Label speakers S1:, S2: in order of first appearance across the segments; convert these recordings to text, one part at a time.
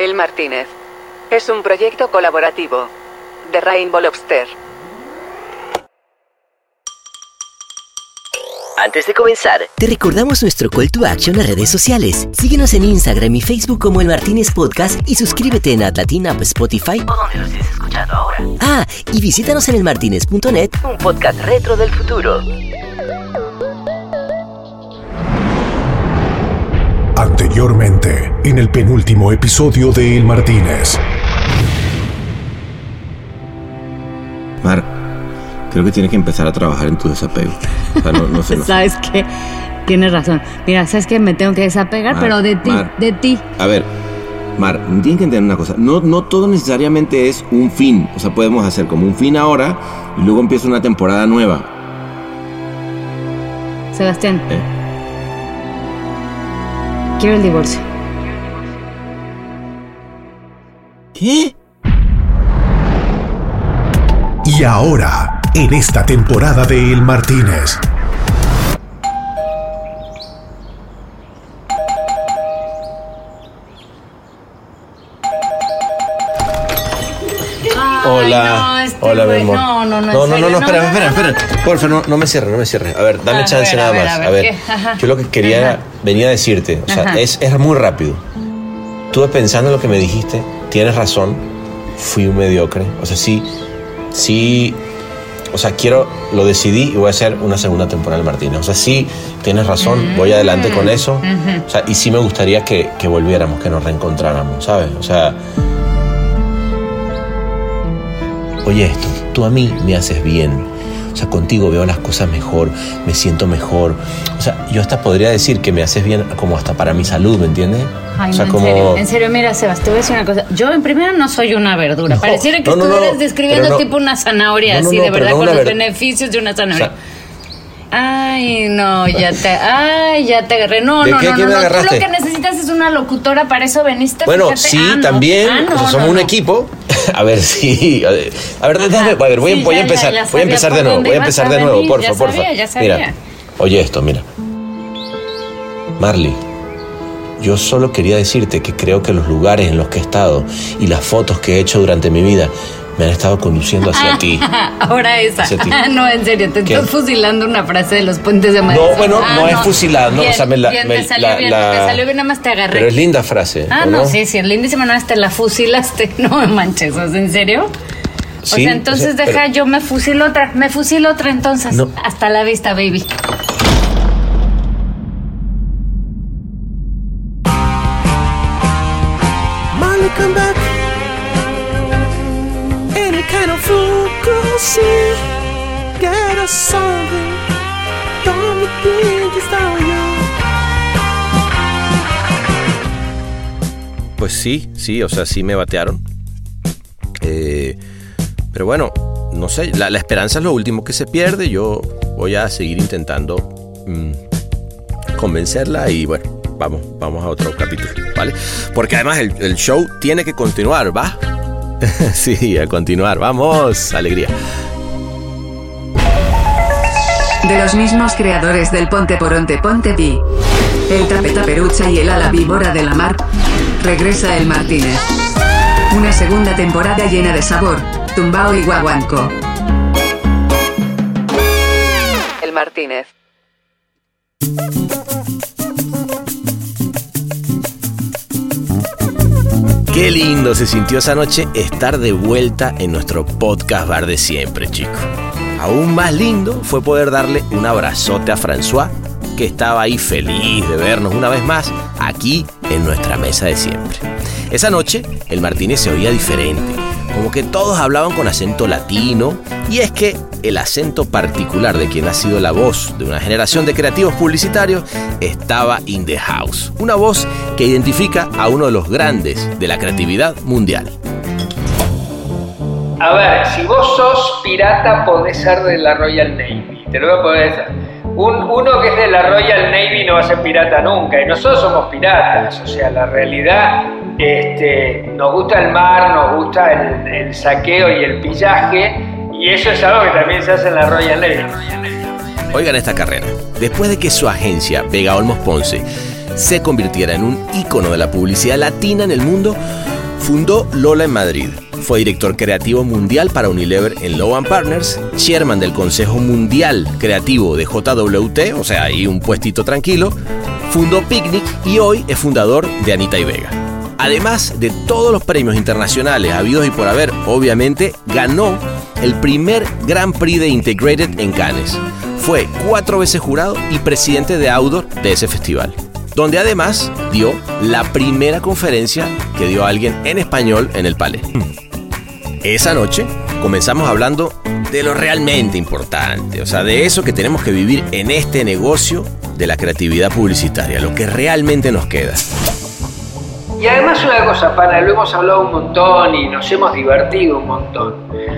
S1: El Martínez es un proyecto colaborativo de Rainbow Lobster.
S2: Antes de comenzar, te recordamos nuestro call to action en redes sociales. Síguenos en Instagram y Facebook como El Martínez Podcast y suscríbete en Atlatin App, Spotify o donde lo estés escuchando ahora. Ah, y visítanos en elmartinez.net, un podcast retro del futuro.
S3: Anteriormente, en el penúltimo episodio de El Martínez.
S4: Mar, creo que tienes que empezar a trabajar en tu desapego. O sea, no sé.
S5: ¿Sabes qué? Tienes razón. Mira, ¿sabes qué? Me tengo que desapegar, Mar, pero de ti.
S4: A ver, Mar, tienes que entender una cosa. No todo necesariamente es un fin. O sea, podemos hacer como un fin ahora y luego empieza una temporada nueva.
S5: Sebastián. Quiero el divorcio.
S4: ¿Qué?
S3: Y ahora, en esta temporada de El Martínez.
S4: Hola, hola, mi amor. No, espera. Porfa, no me cierres. A ver, dame chance nada más. A ver, yo lo que quería venía a decirte, o sea, es muy rápido. Estuve pensando en lo que me dijiste, tienes razón, fui un mediocre. O sea, sí, o sea, lo decidí y voy a hacer una segunda temporada del Martínez. O sea, sí, tienes razón, voy adelante con eso. O sea, y sí me gustaría que volviéramos, que nos reencontráramos, ¿sabes? O sea, oye esto, tú a mí me haces bien. O sea, contigo veo las cosas mejor, me siento mejor. O sea, yo hasta podría decir que me haces bien como hasta para mi salud, ¿me entiendes?
S5: Ay,
S4: o sea,
S5: no, en serio, mira, Sebas, te voy a decir una cosa. Yo, en primero, no soy una verdura. Pareciera que estuvieras describiendo tipo una zanahoria, así, de verdad, con los beneficios de una zanahoria. O sea, ay, no, ya te agarré. No.
S4: ¿Qué me agarraste?
S5: Tú lo que necesitas es una locutora, para eso veniste.
S4: Bueno,
S5: fíjate.
S4: sí, también. O sea, somos un equipo. A ver, sí. A ver, voy a empezar de nuevo. Porfa.
S5: Ya sabía.
S4: Mira, oye esto, mira. Marley, yo solo quería decirte que creo que los lugares en los que he estado y las fotos que he hecho durante mi vida me han estado conduciendo hacia ti.
S5: Ahora esa. No, en serio, te estás fusilando una frase de los puentes de Madison.
S4: No, bueno, no es fusilando.
S5: Bien,
S4: o sea,
S5: me salió bien, nada más te agarré.
S4: Pero es linda frase.
S5: No, sí, es lindísima, nada más te la fusilaste. No me manches, ¿en serio?
S4: Sí,
S5: o sea, entonces yo me fusilo otra entonces. No. Hasta la vista, baby.
S6: Marley, come back. Any kind of fool could see. Get us something. Don't think it's all you.
S4: Pues sí, o sea, sí me batearon. Pero bueno, no sé, la esperanza es lo último que se pierde. Yo voy a seguir intentando convencerla y bueno, vamos a otro capítulo, ¿vale? Porque además el show tiene que continuar, ¿va? Sí, a continuar, vamos, alegría.
S7: De los mismos creadores del Ponte Poronte Ponte Pi, el Tapeta Perucha y el Ala Víbora de la Mar, regresa El Martínez. Una segunda temporada llena de sabor, tumbao y guaguanco.
S1: El Martínez.
S4: Qué lindo se sintió esa noche estar de vuelta en nuestro podcast bar de siempre, chicos. Aún más lindo fue poder darle un abrazote a François, que estaba ahí feliz de vernos una vez más aquí en nuestra mesa de siempre. Esa noche el Martínez se oía diferente, como que todos hablaban con acento latino, y es que el acento particular de quien ha sido la voz de una generación de creativos publicitarios estaba in the house. Una voz que identifica a uno de los grandes de la creatividad mundial.
S8: A ver, si vos sos pirata, podés ser de la Royal Navy. Te lo voy a poder decir. Uno que es de la Royal Navy no va a ser pirata nunca. Y nosotros somos piratas. O sea, la realidad, nos gusta el mar, nos gusta el saqueo y el pillaje. Y eso es algo que también se hace en la Royal Navy.
S4: Oigan esta carrera. Después de que su agencia, Vega Olmos Ponce, se convirtiera en un ícono de la publicidad latina en el mundo, Fundó Lola en Madrid. Fue director creativo mundial para Unilever en Lowe & Partners, chairman del Consejo Mundial Creativo de JWT, o sea, ahí un puestito tranquilo. Fundó Picnic y hoy es fundador de Anita y Vega. Además de todos los premios internacionales habidos y por haber, obviamente, ganó el primer Grand Prix de Integrated en Cannes. Fue 4 veces jurado y presidente de Outdoor de ese festival, donde además dio la primera conferencia que dio alguien en español en el Palais. Esa noche comenzamos hablando de lo realmente importante, o sea, de eso que tenemos que vivir en este negocio de la creatividad publicitaria, lo que realmente nos queda.
S8: Y además una cosa, Pana, lo hemos hablado un montón y nos hemos divertido un montón.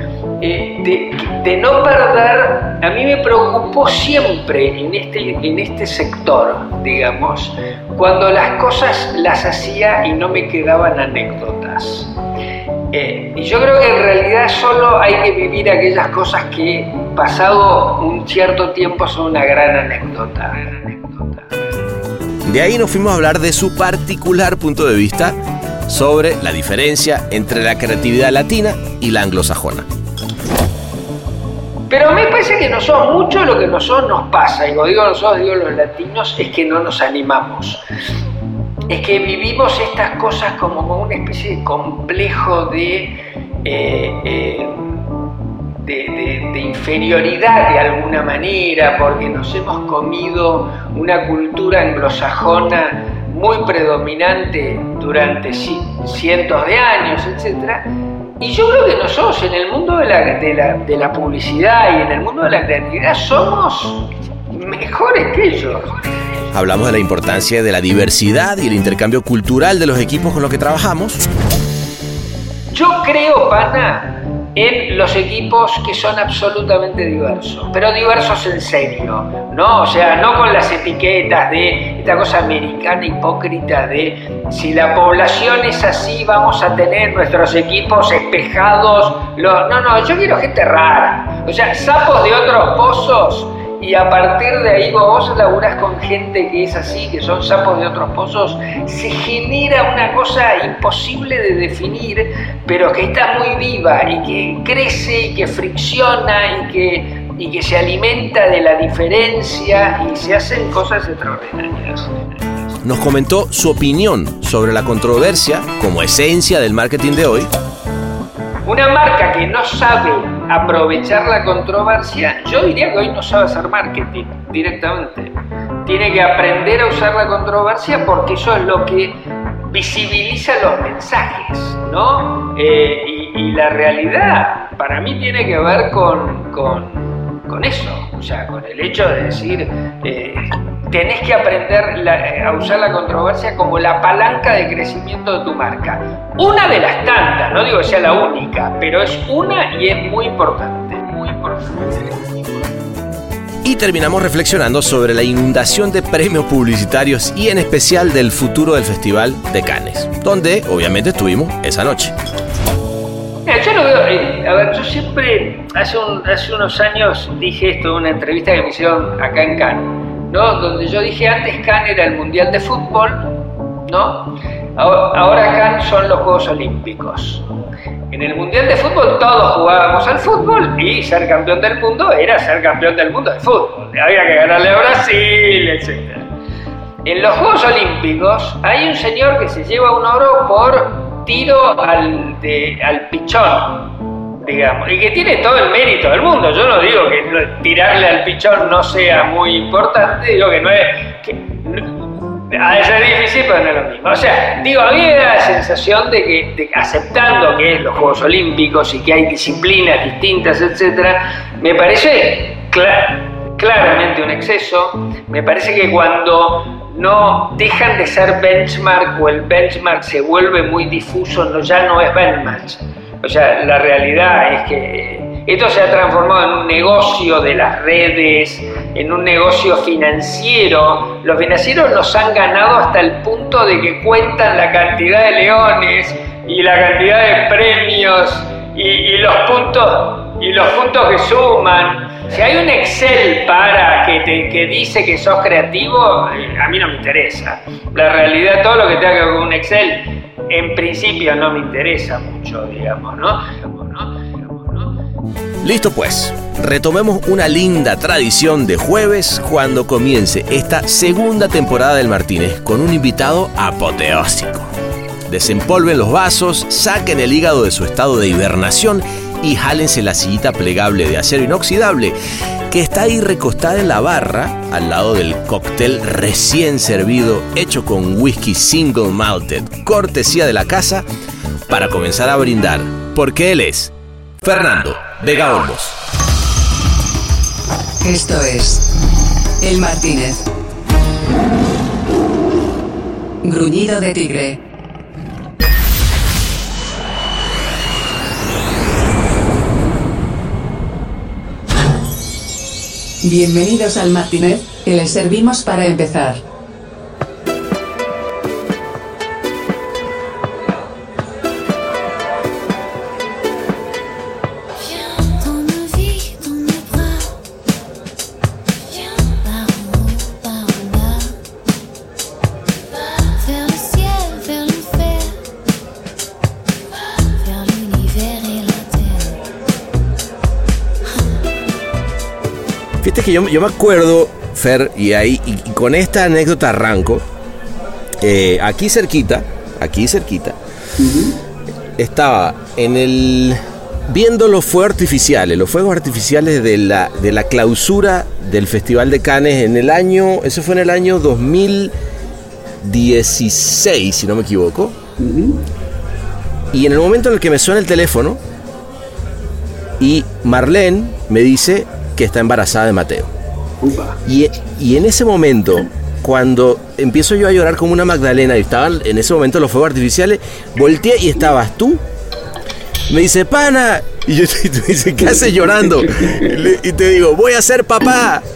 S8: De no perder, a mí me preocupó siempre en este sector, digamos, cuando las cosas las hacía y no me quedaban anécdotas. Y yo creo que en realidad solo hay que vivir aquellas cosas que, pasado un cierto tiempo, son una gran anécdota.
S4: De ahí nos fuimos a hablar de su particular punto de vista sobre la diferencia entre la creatividad latina y la anglosajona.
S8: Pero me parece que nosotros, mucho de lo que nosotros nos pasa, y cuando digo nosotros, digo los latinos, es que no nos animamos. Es que vivimos estas cosas como una especie de complejo de inferioridad de alguna manera, porque nos hemos comido una cultura anglosajona muy predominante durante cientos de años, etc. Y yo creo que nosotros en el mundo de la publicidad y en el mundo de la creatividad somos mejores que ellos.
S4: Hablamos de la importancia de la diversidad y el intercambio cultural de los equipos con los que trabajamos.
S8: Yo creo, Pana, en los equipos que son absolutamente diversos, pero diversos en serio, ¿no? O sea, no con las etiquetas de esta cosa americana hipócrita de si la población es así, vamos a tener nuestros equipos espejados. No, yo quiero gente rara, o sea, sapos de otros pozos. Y a partir de ahí, vos laburás con gente que es así, que son sapos de otros pozos, se genera una cosa imposible de definir, pero que está muy viva y que crece y que fricciona y que se alimenta de la diferencia y se hacen cosas extraordinarias.
S4: Nos comentó su opinión sobre la controversia como esencia del marketing de hoy.
S8: Una marca que no sabe aprovechar la controversia, yo diría que hoy no sabe hacer marketing directamente. Tiene que aprender a usar la controversia porque eso es lo que visibiliza los mensajes, ¿no? Y la realidad para mí tiene que ver con eso, o sea, con el hecho de decir tenés que aprender a usar la controversia como la palanca de crecimiento de tu marca. Una de las tantas, no digo que sea la única, pero es una y es muy importante, muy importante.
S4: Y terminamos reflexionando sobre la inundación de premios publicitarios y en especial del futuro del Festival de Cannes, donde obviamente estuvimos esa noche.
S8: Mira, yo lo veo, a ver, yo siempre, hace unos años dije esto en una entrevista que me hicieron acá en Cannes, ¿no? Donde yo dije antes Cannes era el Mundial de Fútbol, ¿no? Ahora Cannes son los Juegos Olímpicos. En el Mundial de Fútbol todos jugábamos al fútbol y ser campeón del mundo era ser campeón del mundo de fútbol. Había que ganarle a Brasil, etc. En los Juegos Olímpicos hay un señor que se lleva un oro por tiro al pichón, digamos, y que tiene todo el mérito del mundo. Yo no digo que tirarle al pichón no sea muy importante, digo que no es... ha de ser difícil, pero no es lo mismo. O sea, digo, había la sensación de que aceptando que es los Juegos Olímpicos y que hay disciplinas distintas, etcétera, me parece claramente un exceso. Me parece que cuando no dejan de ser benchmark o el benchmark se vuelve muy difuso, ya no es benchmark. O sea, la realidad es que esto se ha transformado en un negocio de las redes, en un negocio financiero. Los financieros nos han ganado hasta el punto de que cuentan la cantidad de leones y la cantidad de premios y los puntos que suman. Si hay un Excel que dice que sos creativo, a mí no me interesa. La realidad, todo lo que tenga que ver con un Excel en principio no me interesa mucho, digamos, ¿no?
S4: Listo pues, retomemos una linda tradición de jueves cuando comience esta segunda temporada del Martínez con un invitado apoteósico. Desempolven los vasos, saquen el hígado de su estado de hibernación y jálense la sillita plegable de acero inoxidable que está ahí recostada en la barra al lado del cóctel recién servido hecho con whisky single malted, cortesía de la casa, para comenzar a brindar, porque él es Fernando Vega Olmos.
S7: Esto es El Martínez. Gruñido de tigre. Bienvenidos al Martínez, que les servimos para empezar.
S4: Fíjate que yo me acuerdo, Fer, y con esta anécdota arranco. Aquí cerquita, estaba viendo los fuegos artificiales de la clausura del Festival de Cannes eso fue en el año 2016, si no me equivoco. Y en el momento en el que me suena el teléfono y Marlene me dice que está embarazada de Mateo. Y en ese momento, cuando empiezo yo a llorar como una Magdalena, y estaban en ese momento los fuegos artificiales, volteé y estabas tú. Me dice, pana, y tú dices, ¿qué haces llorando? Y te digo, voy a ser papá.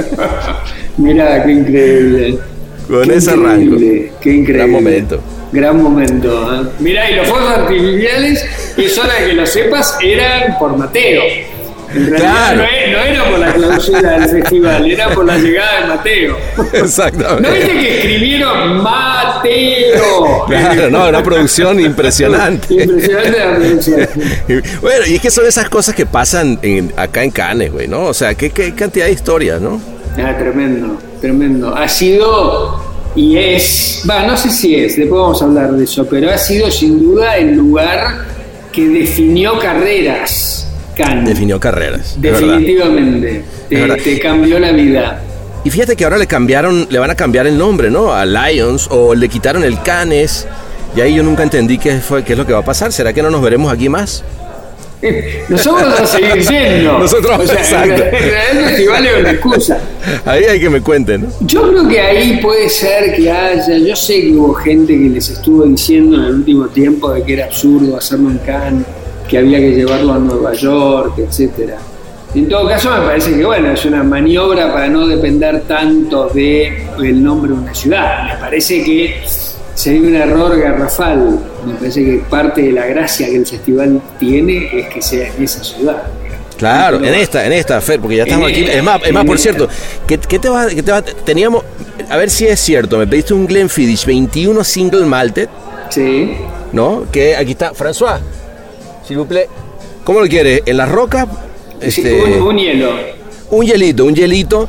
S8: Mira, qué increíble.
S4: Con ese arranco.
S8: Qué increíble. Gran momento. ¿Eh? Mira, y los fuegos artificiales, que es hora de que lo sepas, eran por Mateo. En realidad claro. No era por la clausura del festival, era por la llegada de Mateo.
S4: Exactamente.
S8: ¿No viste que escribieron Mateo?
S4: Claro, no, una producción impresionante.
S8: Impresionante la producción.
S4: Bueno, y es que son esas cosas que pasan acá en Cannes, güey, ¿no? O sea, qué cantidad de historias, ¿no? Tremendo. Ha sido y es, no sé si después vamos a hablar de eso, pero ha sido sin duda el lugar que definió carreras. Cannes. Definió carreras.
S8: Definitivamente. Te cambió la vida.
S4: Y fíjate que ahora le van a cambiar el nombre, ¿no? A Lions, o le quitaron el Cannes. Y ahí yo nunca entendí qué es lo que va a pasar. ¿Será que no nos veremos aquí más?
S8: Nosotros vamos a seguir yendo.
S4: Nosotros, exacto.
S8: En realidad el festival es una excusa.
S4: Ahí hay que me cuenten, ¿no?
S8: Yo creo que ahí puede ser que haya. Yo sé que hubo gente que les estuvo diciendo en el último tiempo de que era absurdo hacerlo en Cannes, que había que llevarlo a Nueva York, etcétera. En todo caso me parece que es una maniobra para no depender tanto del nombre de una ciudad. Me parece que sería un error garrafal. Me parece que parte de la gracia que el festival tiene es que sea en esa ciudad.
S4: Claro, en esta, Fer, porque ya estamos aquí. Es más, por cierto, ¿qué te va? Teníamos, a ver si es cierto, me pediste un Glenfiddich 21 single malted.
S8: Sí.
S4: ¿No? Que aquí está, François. S'il vous plaît. ¿Cómo lo quieres? ¿En la roca?
S8: Sí, un hielo.
S4: Un hielito.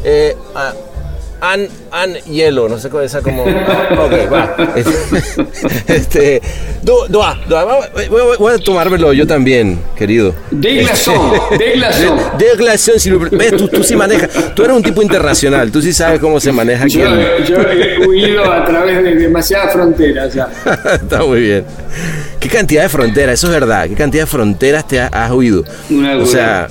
S4: Hielo, no sé cómo es como. Ok, va. Voy a tomármelo yo también, querido.
S8: De glaçons,
S4: s'il vous plaît. Ves, tú sí manejas. Tú eres un tipo internacional, tú sí sabes cómo se maneja aquí.
S8: Yo he huido a través de demasiadas fronteras ya.
S4: Está muy bien. ¿Qué cantidad de fronteras? Eso es verdad. ¿Qué cantidad de fronteras te has huido?
S8: O
S4: sea,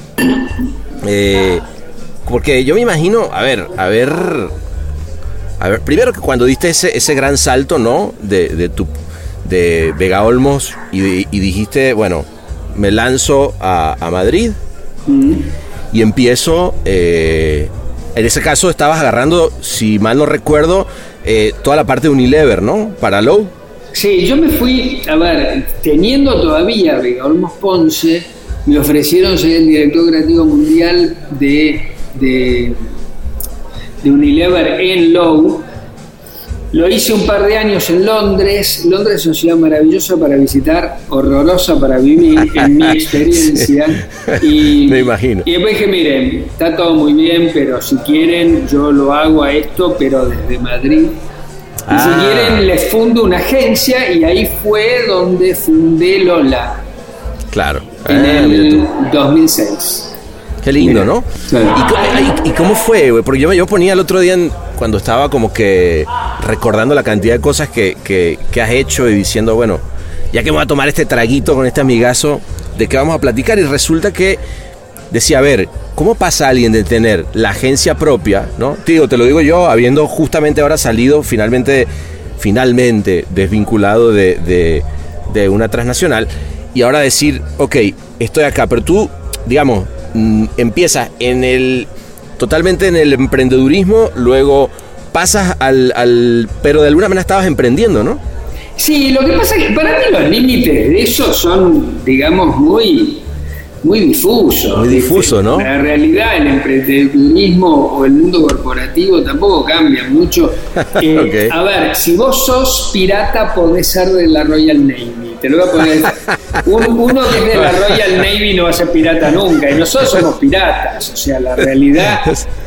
S4: porque yo me imagino, a ver, primero que cuando diste ese gran salto, ¿no? De Vega Olmos y dijiste, bueno, me lanzo a Madrid y empiezo. En ese caso estabas agarrando, si mal no recuerdo, toda la parte de Unilever, ¿no? Para Lowe.
S8: Sí, yo me fui, teniendo todavía Vega Olmos Ponce, me ofrecieron ser el director creativo mundial de Unilever en Lowe, Lo hice un par de años en Londres. Londres es una ciudad maravillosa para visitar, horrorosa para vivir, en mi experiencia.
S4: Sí. Me imagino.
S8: Y después dije, miren, está todo muy bien, pero si quieren, yo lo hago a esto, pero desde Madrid. Y si quieren, les fundo una agencia, y ahí fue donde fundé Lola.
S4: Claro.
S8: En el 2006.
S4: Qué lindo, ¿no?
S8: Sí.
S4: ¿Y cómo fue, güey? Porque yo ponía el otro día, cuando estaba como que recordando la cantidad de cosas que has hecho y diciendo, bueno, ya que me voy a tomar este traguito con este amigazo, ¿de qué vamos a platicar? Y resulta que decía, a ver, ¿cómo pasa alguien de tener la agencia propia, ¿no? Te lo digo yo, habiendo justamente ahora salido finalmente desvinculado de una transnacional, y ahora decir, ok, estoy acá, pero tú, digamos, empiezas totalmente en el emprendedurismo, luego pasas pero de alguna manera estabas emprendiendo, ¿no?
S8: Sí, lo que pasa es que para mí los límites de eso son, digamos, muy difusos.
S4: Muy difuso, ¿no?
S8: La realidad, el emprendedurismo o el mundo corporativo tampoco cambian mucho.
S4: Okay.
S8: A ver, si vos sos pirata, podés ser de la Royal Navy. Te lo voy a poner. Uno que es de la Royal Navy no va a ser pirata nunca, y nosotros somos piratas. O sea, la realidad,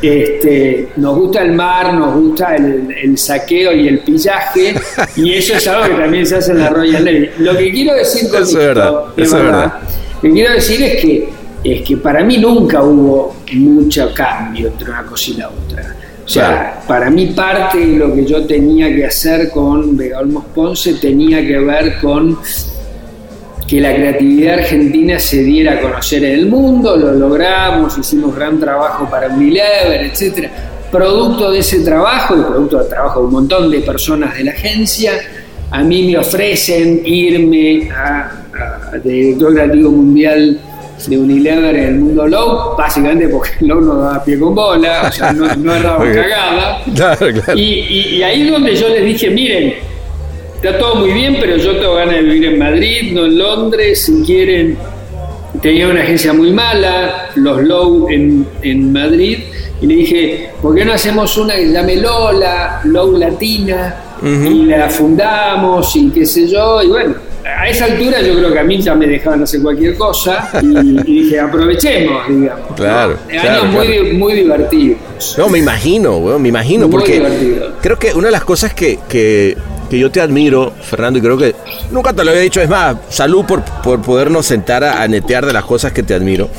S8: nos gusta el mar, nos gusta el saqueo y el pillaje, y eso es algo que también se hace en la Royal Navy. Lo que quiero decir con esto, es verdad. Lo que quiero decir es que para mí nunca hubo mucho cambio entre una cosa y la otra. O sea, para mí parte de lo que yo tenía que hacer con Vega Olmos Ponce tenía que ver con que la creatividad argentina se diera a conocer en el mundo. Lo logramos, hicimos gran trabajo para Unilever, etcétera. Producto de ese trabajo, y producto del trabajo de un montón de personas de la agencia, a mí me ofrecen irme a director creativo mundial de Unilever en el mundo Low, básicamente porque Low no daba pie con bola, o sea, no erraba cagada. Claro. Y ahí es donde yo les dije, miren, está todo muy bien, pero yo tengo ganas de vivir en Madrid, no en Londres. Si quieren, tenía una agencia muy mala, los Low en Madrid, y le dije, ¿por qué no hacemos una que se llame Lola, Low Latina, y la fundamos y qué sé yo? Y bueno, a esa altura yo creo que a mí ya me dejaban hacer cualquier cosa, y dije, aprovechemos, digamos.
S4: Claro.
S8: ¿no? Años muy divertidos.
S4: No, me imagino,
S8: muy
S4: porque
S8: divertido.
S4: Creo que una de las cosas que yo te admiro, Fernando, y creo que nunca te lo había dicho, es más, salud por podernos sentar a netear de las cosas que te admiro.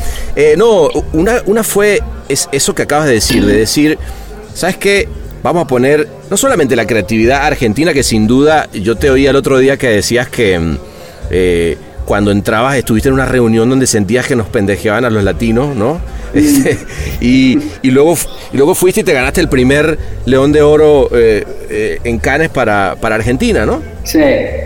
S4: Una fue eso que acabas de decir, ¿sabes qué? Vamos a poner no solamente la creatividad argentina, que sin duda, yo te oía el otro día que decías que cuando entrabas estuviste en una reunión donde sentías que nos pendejeaban a los latinos, ¿no? Y luego fuiste y te ganaste el primer León de Oro en Cannes para Argentina, ¿no?
S8: Sí.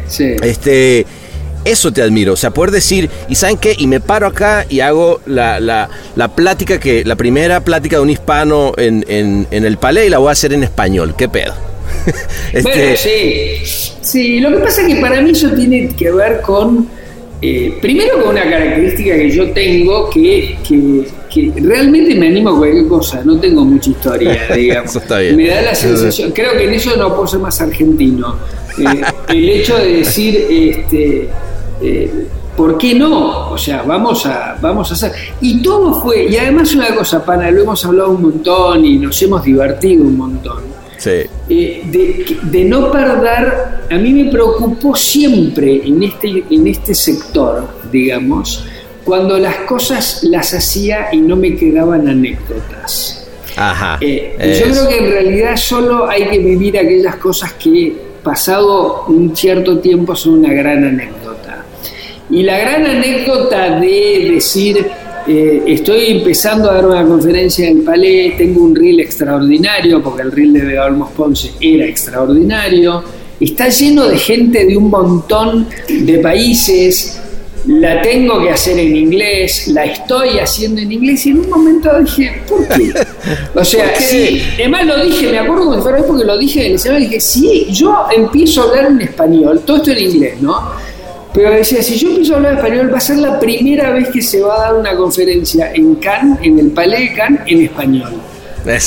S4: Eso te admiro, o sea, poder decir, ¿y saben qué? Y me paro acá y hago la plática, la primera plática de un hispano en el Palais, y la voy a hacer en español. ¿Qué pedo?
S8: Bueno, sí, lo que pasa es que para mí eso tiene que ver con, primero con una característica que yo tengo, que realmente me animo a cualquier cosa, no tengo mucha historia, digamos.
S4: Eso está bien.
S8: Me da la sensación, creo que en eso no puedo ser más argentino. El hecho de decir, ¿por qué no? O sea, vamos a hacer. Y todo fue, y además una cosa, pana, lo hemos hablado un montón y nos hemos divertido un montón.
S4: Sí.
S8: De no perder, a mí me preocupó siempre en este sector, digamos, cuando las cosas las hacía y no me quedaban anécdotas.
S4: Ajá.
S8: Yo creo que en realidad solo hay que vivir aquellas cosas que, pasado un cierto tiempo, son una gran anécdota. Y la gran anécdota de decir, estoy empezando a dar una conferencia en el Palais, tengo un reel extraordinario, porque el reel de Vega Olmos Ponce era extraordinario, está lleno de gente de un montón de países, la tengo que hacer en inglés, la estoy haciendo en inglés, y en un momento dije, ¿por qué? O sea, sí, además lo dije, me acuerdo como si fuera hoy, porque lo dije en el escenario, dije, sí, yo empiezo a hablar en español, todo esto en inglés, ¿no? Pero decía, si yo empiezo a hablar español, va a ser la primera vez que se va a dar una conferencia en Cannes, en el Palais de Cannes, en español.
S4: Eso.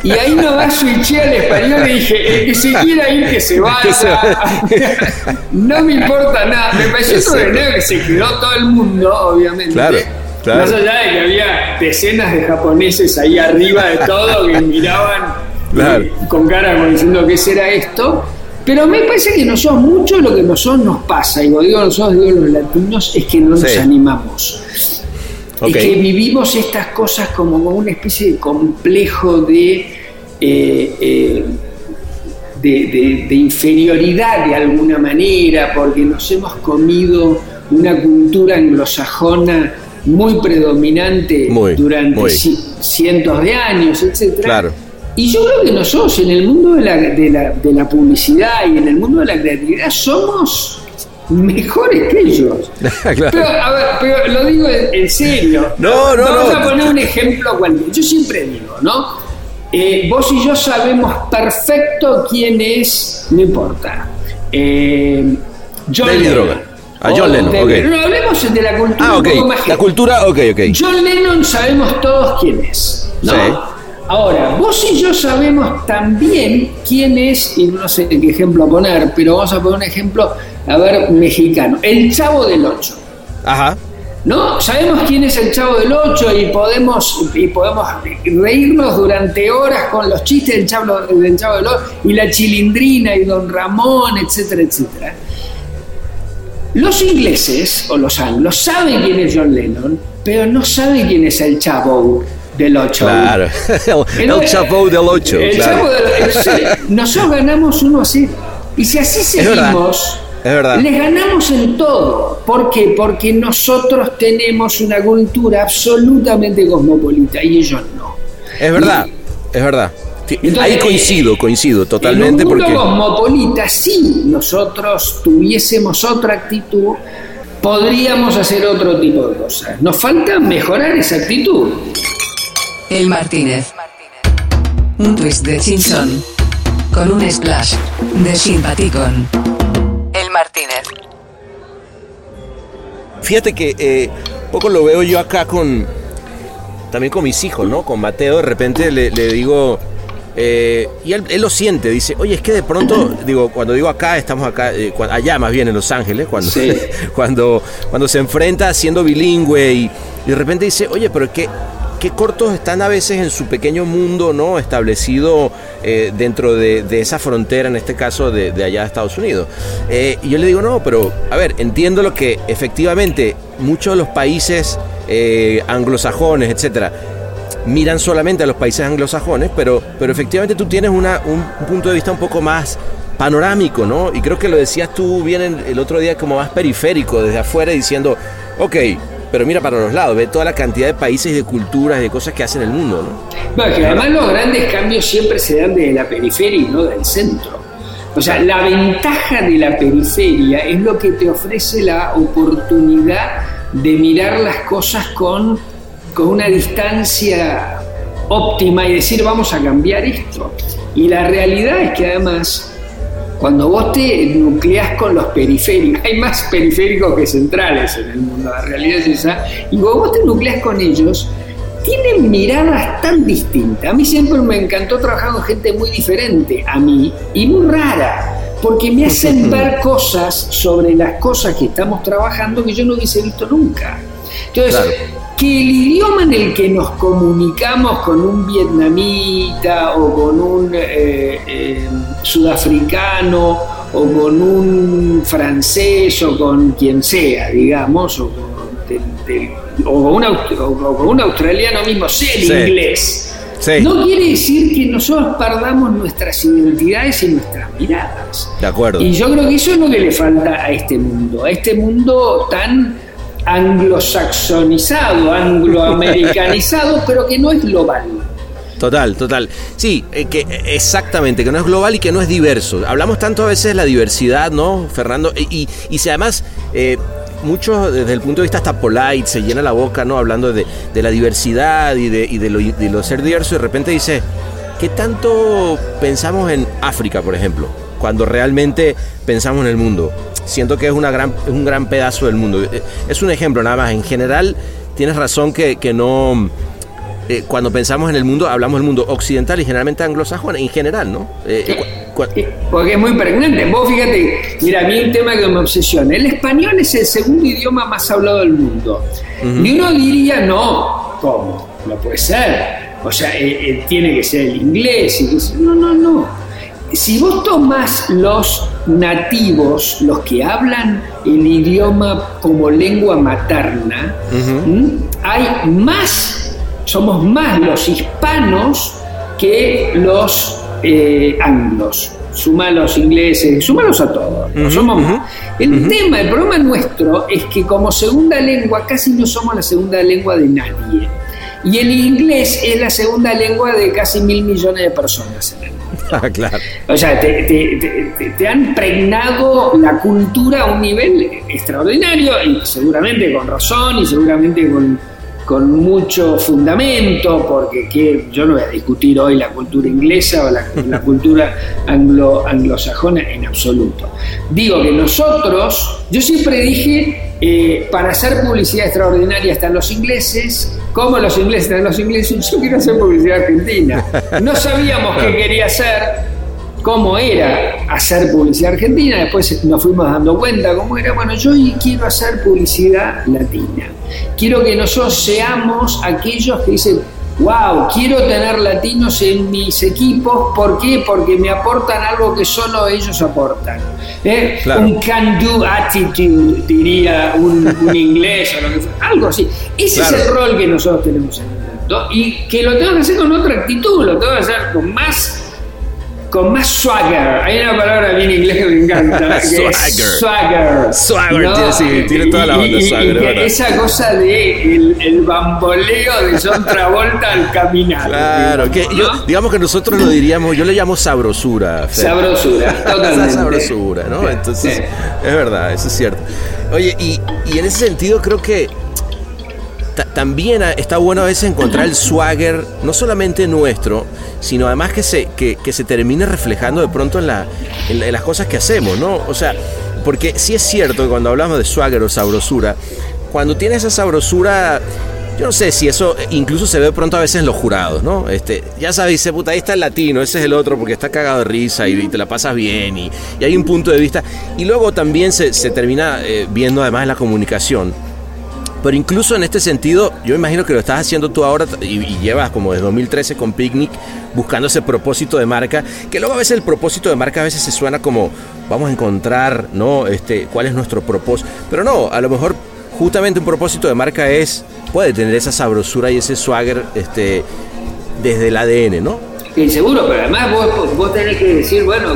S8: Y ahí nomás switché al español y dije, el que se quiera ir, que se vaya. No me importa nada. Me pareció extraordinario que se quedó todo el mundo, obviamente.
S4: Claro.
S8: Más allá de que había decenas de japoneses ahí arriba de todo que miraban con cara como diciendo ¿qué será esto? Pero me parece que nosotros, mucho de lo que nosotros nos pasa, y digo nosotros, digo los latinos, es que no nos animamos. Es que vivimos estas cosas como una especie de complejo de inferioridad de alguna manera, porque nos hemos comido una cultura anglosajona muy predominante durante cientos de años, etcétera.
S4: Claro.
S8: Y yo creo que nosotros en el mundo de la publicidad y en el mundo de la creatividad somos mejores que ellos.
S4: Claro.
S8: Pero, a ver, pero lo digo en serio. Vamos a poner un ejemplo cualquiera. Yo siempre digo, ¿no? Vos y yo sabemos perfecto quién es, no importa. John Lennon.
S4: John Lennon,
S8: No, hablemos de la cultura un poco más.
S4: La cultura,
S8: John Lennon sabemos todos quién es, ¿no?
S4: Sí.
S8: Ahora, vos y yo sabemos también quién es, y no sé qué ejemplo poner, pero vamos a poner un ejemplo, mexicano. El Chavo del Ocho.
S4: Ajá.
S8: ¿No? Sabemos quién es el Chavo del Ocho y podemos reírnos durante horas con los chistes del Chavo del Ocho y la Chilindrina y Don Ramón, etcétera, etcétera. Los ingleses o los anglos saben quién es John Lennon, pero no saben quién es el Chavo del Ocho.
S4: Claro, el Chavo del Ocho.
S8: Chavo del Ocho. Nosotros ganamos 1-0. Y si así seguimos,
S4: es verdad.
S8: Les ganamos en todo. ¿Por qué? Porque nosotros tenemos una cultura absolutamente cosmopolita y ellos no.
S4: Es verdad. Entonces, ahí coincido totalmente.
S8: En un mundo cosmopolita, si nosotros tuviésemos otra actitud, podríamos hacer otro tipo de cosas. Nos falta mejorar esa actitud.
S7: El Martínez. Un twist de Simpson con un splash de simpaticón. El Martínez.
S4: Fíjate que poco lo veo yo acá también con mis hijos, ¿no? Con Mateo, de repente le digo, y él lo siente, dice, oye, es que de pronto, cuando digo acá, estamos acá, allá más bien en Los Ángeles, cuando se enfrenta siendo bilingüe y de repente dice, oye, pero qué cortos están a veces en su pequeño mundo, ¿no? Establecido dentro de esa frontera, en este caso de allá de Estados Unidos. Y yo le digo, no, pero a ver, entiendo lo que efectivamente muchos de los países anglosajones, etcétera, miran solamente a los países anglosajones, pero efectivamente tú tienes un punto de vista un poco más panorámico, ¿no? Y creo que lo decías tú bien el otro día, como más periférico, desde afuera, diciendo, ok, pero mira para los lados, ve toda la cantidad de países y de culturas y de cosas que hacen el mundo, ¿no?
S8: Bueno, que además los grandes cambios siempre se dan desde la periferia y no del centro. O sea, la ventaja de la periferia es lo que te ofrece la oportunidad de mirar las cosas con una distancia óptima y decir, vamos a cambiar esto. Y la realidad es que además, cuando vos te nucleás con los periféricos, hay más periféricos que centrales en el mundo, la realidad es esa, y cuando vos te nucleás con ellos, tienen miradas tan distintas. A mí siempre me encantó trabajar con gente muy diferente a mí y muy rara, porque me hacen ver cosas sobre las cosas que estamos trabajando que yo no hubiese visto nunca. Entonces, claro, que el idioma en el que nos comunicamos con un vietnamita o con un sudafricano o con un francés o con quien sea, digamos, o con un australiano mismo, sea el inglés. Sí. No quiere decir que nosotros perdamos nuestras identidades y nuestras miradas.
S4: De acuerdo.
S8: Y yo creo que eso es lo que le falta a este mundo tan anglosaxonizado, angloamericanizado, pero que no es global.
S4: Total. Sí, exactamente, que no es global y que no es diverso. Hablamos tanto a veces de la diversidad, ¿no, Fernando? Y si además... muchos desde el punto de vista hasta polite se llena la boca, ¿no? Hablando de la diversidad y de lo ser diverso, y de repente dice, ¿qué tanto pensamos en África, por ejemplo? Cuando realmente pensamos en el mundo. Siento que es un gran pedazo del mundo. Es un ejemplo nada más. En general tienes razón que no cuando pensamos en el mundo, hablamos del mundo occidental y generalmente anglosajón, en general, ¿no?
S8: Porque es muy pregnante. Vos fíjate, mira, a mí un tema que me obsesiona. El español es el segundo idioma más hablado del mundo. Y uno diría, no, ¿cómo? No puede ser. O sea, tiene que ser el inglés. No. Si vos tomás los nativos, los que hablan el idioma como lengua materna, somos más los hispanos que los anglos. Suma a los ingleses, súmalos a todos, no somos más. El problema nuestro es que como segunda lengua casi no somos la segunda lengua de nadie. Y el inglés es la segunda lengua de casi 1.000 millones de personas en el mundo.
S4: Claro.
S8: O sea, te han pregnado la cultura a un nivel extraordinario, y seguramente con razón, y seguramente con mucho fundamento, porque yo no voy a discutir hoy la cultura inglesa o la cultura anglosajona en absoluto. Digo que yo siempre dije, para hacer publicidad extraordinaria están los ingleses, como los ingleses están los ingleses, yo quiero hacer publicidad argentina. No sabíamos qué quería hacer, cómo era hacer publicidad argentina, después nos fuimos dando cuenta cómo era. Bueno, yo quiero hacer publicidad latina. Quiero que nosotros seamos aquellos que dicen, wow, quiero tener latinos en mis equipos. ¿Por qué? Porque me aportan algo que solo ellos aportan. Claro. Un can-do attitude, diría un inglés o lo que fuera, algo así. Ese es el rol que nosotros tenemos en el mundo, y que lo tengo que hacer con otra actitud, lo tengo que hacer con más swagger. Hay una palabra bien inglés que me encanta.
S4: Swagger, ¿no? Tiene toda la onda swagger.
S8: Esa cosa de el bamboleo de John Travolta al caminar.
S4: Claro, digamos que nosotros lo diríamos, yo le llamo sabrosura.
S8: Sabrosura, totalmente.
S4: Esa sabrosura, ¿no? Entonces, es verdad, eso es cierto. Oye, y en ese sentido creo que también está bueno a veces encontrar el swagger, no solamente nuestro, sino además que se termine reflejando de pronto en las cosas que hacemos, ¿no? O sea, porque sí es cierto que cuando hablamos de swagger o sabrosura, cuando tienes esa sabrosura, yo no sé si eso incluso se ve de pronto a veces en los jurados, ¿no? Ya sabes, dice, puta, ahí está el latino, ese es el otro porque está cagado de risa y te la pasas bien y hay un punto de vista. Y luego también se termina viendo además en la comunicación. Pero incluso en este sentido, yo imagino que lo estás haciendo tú ahora y llevas como desde 2013 con Picnic buscando ese propósito de marca, que luego a veces el propósito de marca a veces se suena como vamos a encontrar, ¿no? Cuál es nuestro propósito. Pero no, a lo mejor justamente un propósito de marca puede tener esa sabrosura y ese swagger desde el ADN, ¿no?
S8: Sí, seguro, pero además vos tenés que decir, bueno, ok,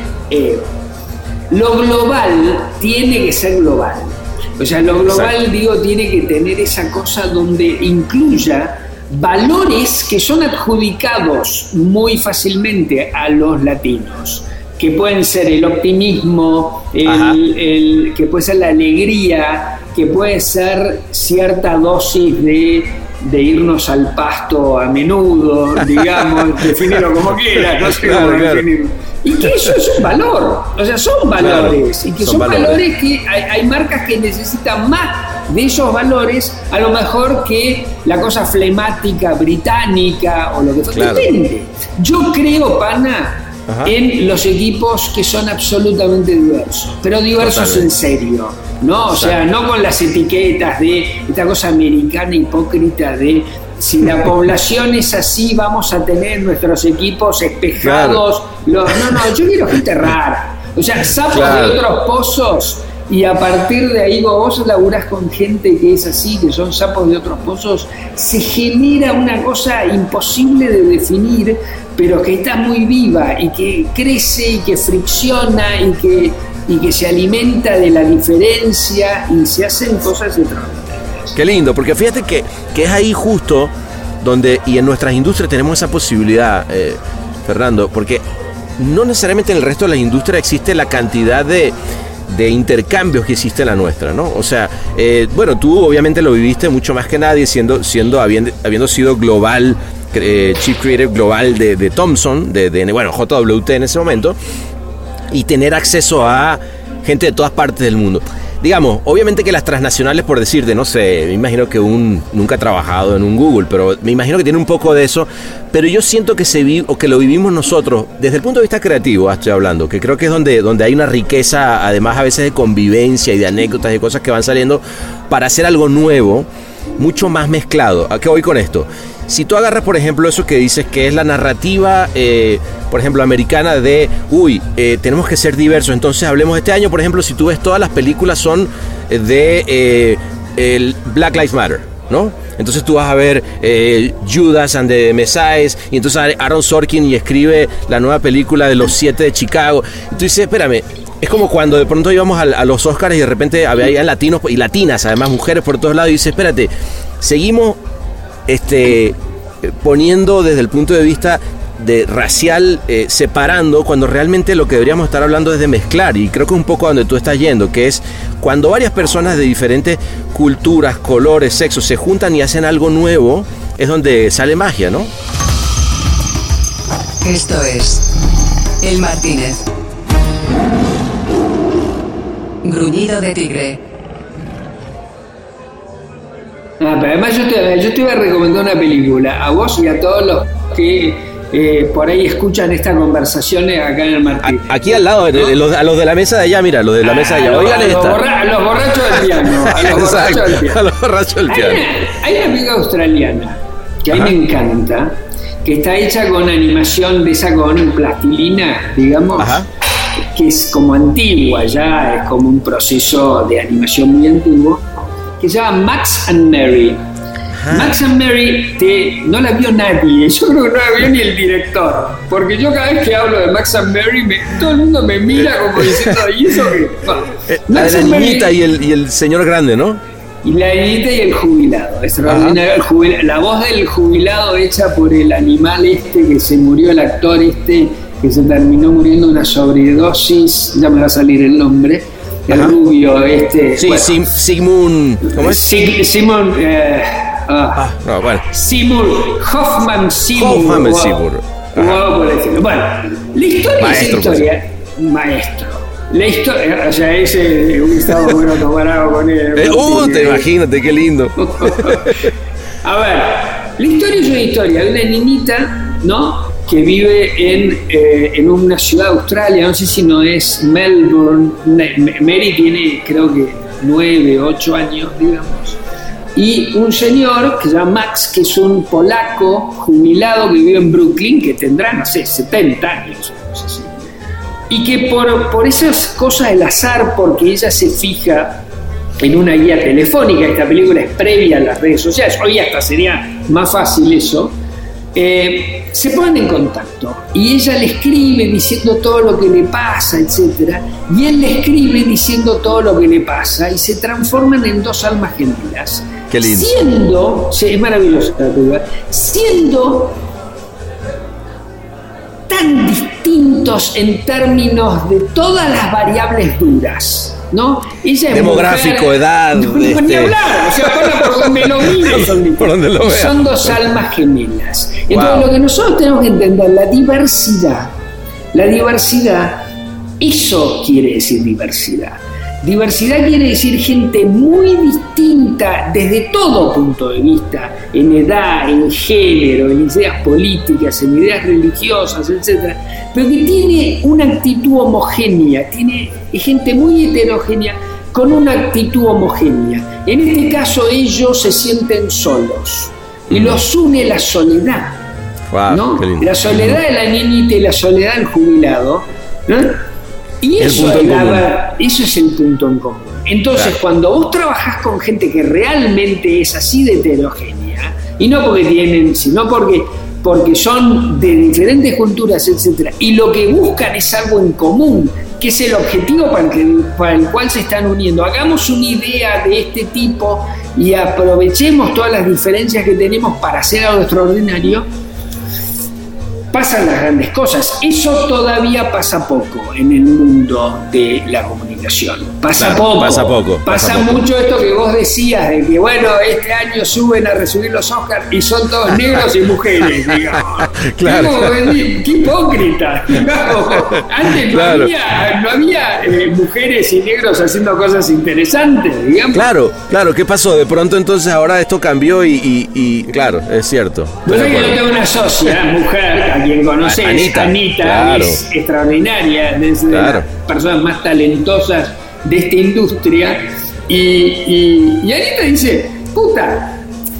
S8: lo global tiene que ser global. O sea, lo global, tiene que tener esa cosa donde incluya valores que son adjudicados muy fácilmente a los latinos, que pueden ser el optimismo, que puede ser la alegría, que puede ser cierta dosis de irnos al pasto a menudo, digamos, definirlo como quieras, no sé cómo definirlo. Y que eso es un valor, o sea, son valores, claro, y que son valores que hay marcas que necesitan más de esos valores, a lo mejor que la cosa flemática británica o lo que fuera. Depende. Yo creo, pana, en los equipos que son absolutamente diversos, pero diversos en serio, ¿no? O sea, no con las etiquetas de esta cosa americana hipócrita de si la población es así, vamos a tener nuestros equipos espejados. Claro. No, yo quiero gente rara. O sea, sapos de otros pozos, y a partir de ahí vos laburás con gente que es así, que son sapos de otros pozos, se genera una cosa imposible de definir, pero que está muy viva y que crece y que fricciona y que se alimenta de la diferencia y se hacen cosas extraordinarias.
S4: Qué lindo, porque fíjate que es ahí justo donde, y en nuestras industrias tenemos esa posibilidad, Fernando, porque no necesariamente en el resto de las industrias existe la cantidad de intercambios que existe en la nuestra, ¿no? O sea, bueno, tú obviamente lo viviste mucho más que nadie, habiendo sido global, Chief Creative Global de Thomson, bueno, JWT en ese momento, y tener acceso a gente de todas partes del mundo. digamos, obviamente que las transnacionales, por decirte, no sé, me imagino que nunca ha trabajado en un Google, pero me imagino que tiene un poco de eso, pero yo siento que que lo vivimos nosotros, desde el punto de vista creativo, estoy hablando, que creo que es donde hay una riqueza, además a veces de convivencia y de anécdotas y cosas que van saliendo para hacer algo nuevo, mucho más mezclado. ¿A qué voy con esto? Si tú agarras, por ejemplo, eso que dices que es la narrativa, por ejemplo, americana de, tenemos que ser diversos, entonces hablemos de este año, por ejemplo, si tú ves todas las películas son de el Black Lives Matter, ¿no? Entonces tú vas a ver Judas and the Messiah, y entonces Aaron Sorkin y escribe la nueva película de los 7 de Chicago, y tú dices, espérame, es como cuando de pronto íbamos a los Oscars y de repente había latinos y latinas, además mujeres por todos lados, y dices, espérate, seguimos poniendo desde el punto de vista de racial, separando, cuando realmente lo que deberíamos estar hablando es de mezclar, y creo que es un poco a donde tú estás yendo, que es cuando varias personas de diferentes culturas, colores, sexos se juntan y hacen algo nuevo, es donde sale magia, ¿no?
S7: Esto es El Martínez. Gruñido de tigre.
S8: Pero además yo te voy a recomendar una película, a vos y a todos los que por ahí escuchan esta conversación acá en el Martínez.
S4: Aquí al lado, a los de la mesa de allá, mira, los de la mesa de allá. Oigan esta.
S8: A los borrachos del piano.
S4: A los borrachos del piano.
S8: Hay una película australiana que a mí me encanta, que está hecha con animación de esa con plastilina, digamos. Ajá. Que es como antigua ya, es como un proceso de animación muy antiguo, que se llama Max and Mary. Ajá. Max and Mary no la vio nadie, yo creo que no la vio ni el director, porque yo cada vez que hablo de Max and Mary todo el mundo me mira como diciendo, ¿y eso qué?
S4: La de la niñita y el señor grande, ¿no?
S8: Y la niñita y el jubilado, extraordinario. La voz del jubilado hecha por el animal que se murió, el actor que se terminó muriendo de una sobredosis, ya me va a salir el nombre, el rubio
S4: Sí, bueno. Sigmund, ¿cómo es?
S8: Sigmund, Seymour Hoffman Seymour. Por decirlo. Bueno, la historia es la historia. Maestro. La historia, o sea, ese hubiera estado bueno tomar algo con él.
S4: Imagínate, qué lindo.
S8: A ver, la historia es una historia de una niñita, ¿no? Que vive en una ciudad de Australia, no sé si no es Melbourne. Mary tiene creo que 9, 8 años, digamos. Y un señor que se llama Max, que es un polaco jubilado que vive en Brooklyn, que tendrá, no sé, 70 años, no sé si. Y que por esas cosas del azar, porque ella se fija en una guía telefónica, esta película es previa a las redes sociales, hoy hasta sería más fácil eso, se ponen en contacto y ella le escribe diciendo todo lo que le pasa, etc. Y él le escribe diciendo todo lo que le pasa y se transforman en dos almas gemelas.
S4: Qué lindo.
S8: Es maravilloso, siendo tan distintos en términos de todas las variables duras, ¿no? Ella es
S4: demográfico, mujer, edad,
S8: ni hablar, o sea, por donde lo mires, son dos almas gemelas. Entonces, lo que nosotros tenemos que entender, la diversidad, eso quiere decir diversidad. Diversidad quiere decir gente muy distinta desde todo punto de vista, en edad, en género, en ideas políticas, en ideas religiosas, etc. Pero que tiene una actitud homogénea, es gente muy heterogénea con una actitud homogénea. En este caso ellos se sienten solos y los une la soledad, ¿no? La soledad de la niñita y la soledad del jubilado, ¿no? Y eso es el punto en común. Entonces, cuando vos trabajás con gente que realmente es así de heterogénea, y no porque tienen, sino porque son de diferentes culturas, etc., y lo que buscan es algo en común, que es el objetivo para el cual se están uniendo. Hagamos una idea de este tipo y aprovechemos todas las diferencias que tenemos para hacer algo extraordinario. Pasan las grandes cosas. Eso todavía pasa poco en el mundo de la comunicación. discriminación. Pasa poco. Pasa mucho esto que vos decías, de que bueno, este año suben a recibir los Oscars y son todos negros y mujeres, digamos.
S4: Claro.
S8: Qué hipócrita. Antes no había mujeres y negros haciendo cosas interesantes, digamos.
S4: Claro, ¿qué pasó? De pronto entonces ahora esto cambió y claro, es cierto.
S8: Bueno, yo tengo una socia, mujer, a quien conoces, Anita claro. Es extraordinaria, es de las personas más talentosas de esta industria, y Anita dice, puta,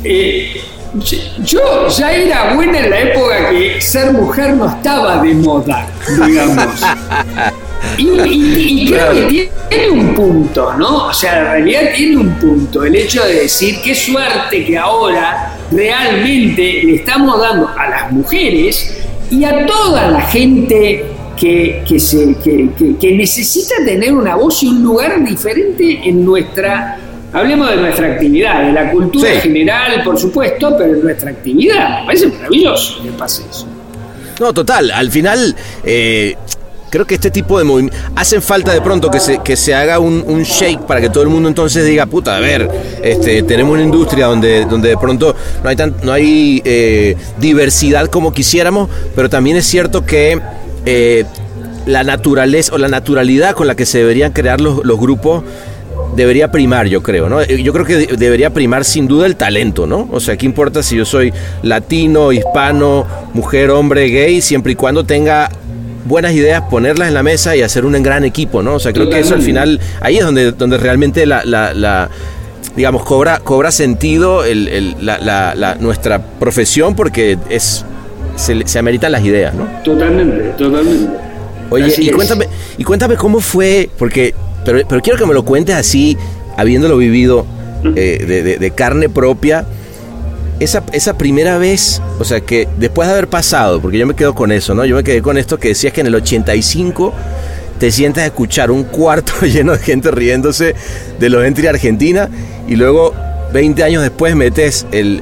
S8: yo ya era buena en la época que ser mujer no estaba de moda, digamos. Y creo que tiene un punto, ¿no? O sea, en realidad tiene un punto el hecho de decir qué suerte que ahora realmente le estamos dando a las mujeres y a toda la gente que necesita tener una voz y un lugar diferente en nuestra... Hablemos de nuestra actividad, de la cultura general, por supuesto, pero en nuestra actividad. Me parece maravilloso que pase eso.
S4: No, total. Al final, creo que este tipo de movimientos... Hacen falta de pronto que se haga un shake para que todo el mundo entonces diga, puta, a ver, tenemos una industria donde de pronto no hay diversidad como quisiéramos, pero también es cierto que la naturaleza o la naturalidad con la que se deberían crear los grupos debería primar, yo creo, ¿no? Yo creo que debería primar sin duda el talento, ¿no? O sea, ¿qué importa si yo soy latino, hispano, mujer, hombre, gay, siempre y cuando tenga buenas ideas, ponerlas en la mesa y hacer un gran equipo, ¿no? O sea, creo que eso al final, ahí es donde realmente digamos, cobra sentido nuestra profesión, porque se ameritan las ideas, ¿no?
S8: Totalmente.
S4: Oye, y cuéntame cómo fue, porque pero quiero que me lo cuentes así, habiéndolo vivido de carne propia, esa primera vez, o sea, que después de haber pasado, porque yo me quedo con eso, ¿no? Yo me quedé con esto que decías que en el 85 te sientas a escuchar un cuarto lleno de gente riéndose de los Entry Argentina, y luego 20 años después metes el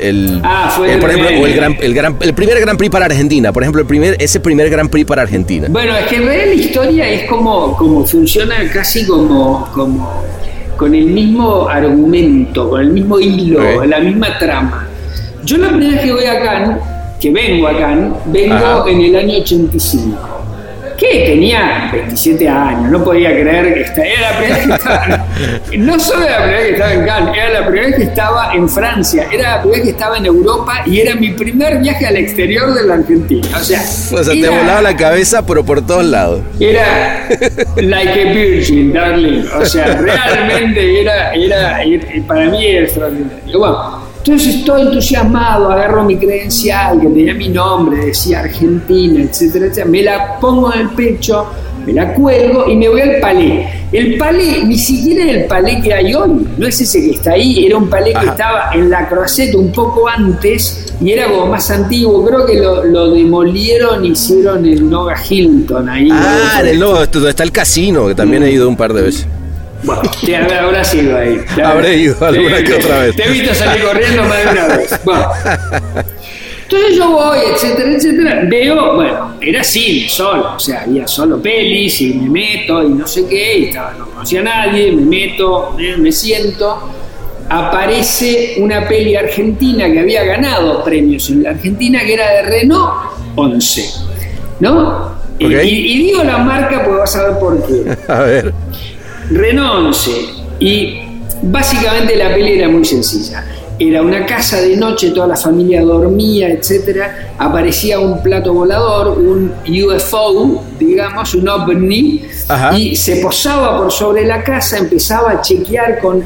S4: primer Gran Prix para Argentina, por ejemplo, ese primer Gran Prix para Argentina.
S8: Bueno, es que en realidad la historia es como funciona, casi como con el mismo argumento, con el mismo hilo, la misma trama. Yo la primera vez que vengo a Cannes, en el año 85. Que tenía 27 años, no podía creer que era la primera vez que estaba, no solo era la primera vez que estaba en Cannes, era la primera vez que estaba en Francia, era la primera vez que estaba en Europa y era mi primer viaje al exterior de la Argentina. O sea
S4: te volaba la cabeza, pero por todos lados.
S8: Era like a virgin, darling. O sea, realmente era para mí era extraordinario. Bueno, entonces estoy entusiasmado, agarro mi credencial que tenía mi nombre, decía Argentina, etcétera, etcétera, me la pongo en el pecho, me la cuelgo y me voy al Palais. El Palais, ni siquiera el Palais que hay hoy, no es ese que está ahí, era un Palais que estaba en la Croisette un poco antes y era como más antiguo, creo que lo demolieron y hicieron el Nova Hilton ahí.
S4: En el Nova, donde está el casino, que también he ido un par de veces.
S8: Bueno, habrás ido ahí.
S4: Habré ido alguna que otra vez.
S8: Te he visto salir corriendo más de una vez. Bueno. Entonces yo voy, etcétera. Veo, bueno, era cine solo. O sea, había solo pelis y me meto y no sé qué. Y no conocía a nadie, me meto, me siento. Aparece una peli argentina que había ganado premios en la Argentina, que era de Renault 11. ¿No?
S4: Okay.
S8: Y digo la marca porque vas a ver por qué.
S4: A ver.
S8: Renault 11, y básicamente la peli era muy sencilla. Era una casa de noche, toda la familia dormía, etcétera. Aparecía un plato volador, un UFO, digamos, un ovni, y se posaba por sobre la casa, empezaba a chequear con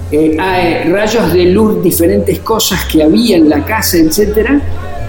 S8: rayos de luz diferentes cosas que había en la casa, etcétera.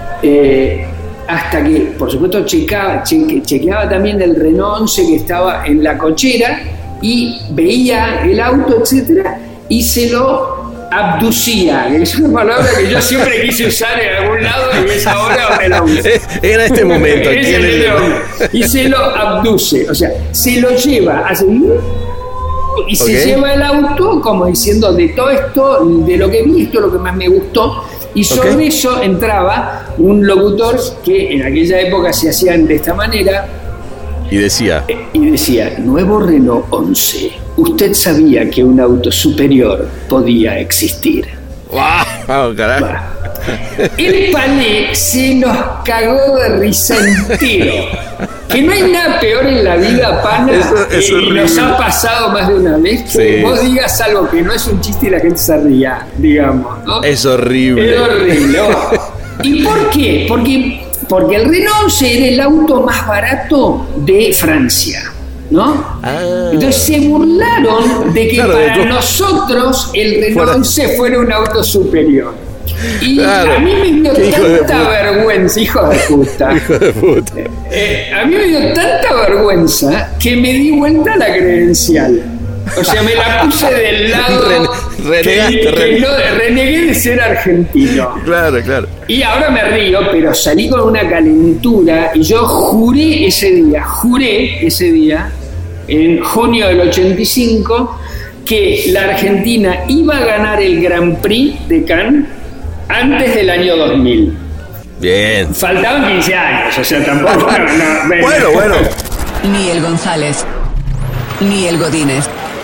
S8: Hasta que, por supuesto, chequeaba también el Renault 11 que estaba en la cochera, y veía el auto, etcétera, y se lo abducía, que es una palabra que yo siempre quise usar en algún lado y es ahora donde la uso.
S4: Era este momento.
S8: Y se lo abduce, o sea, se lo lleva, hace y se lleva el auto como diciendo, de todo esto, de lo que vi, esto es lo que más me gustó. Y sobre eso entraba un locutor que en aquella época se hacían de esta manera.
S4: Y decía,
S8: nuevo Renault 11. Usted sabía que un auto superior podía existir.
S4: ¡Wow! Carajo.
S8: El palé se nos cagó de risa entero. Que no hay nada peor en la vida, pana. Y nos ha pasado más de una vez que vos digas algo que no es un chiste y la gente se ría, digamos, ¿no?
S4: Es horrible.
S8: Es horrible. ¿Y por qué? Porque el Renault 11 era el auto más barato de Francia, ¿no? Entonces se burlaron de que para nosotros el Renault 11 fuera un auto superior. Y a mí me dio tanta vergüenza, hijo de puta. A mí me dio tanta vergüenza que me di vuelta la credencial. O sea, me la puse del lado renegué de ser argentino.
S4: Claro.
S8: Y ahora me río, pero salí con una calentura y yo juré ese día, en junio del 85, que la Argentina iba a ganar el Grand Prix de Cannes antes del año 2000.
S4: Bien.
S8: Faltaban 15 años, o sea, tampoco...
S4: Bueno.
S7: Ni el González, ni el Godínez.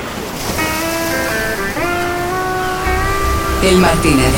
S7: El Martínez.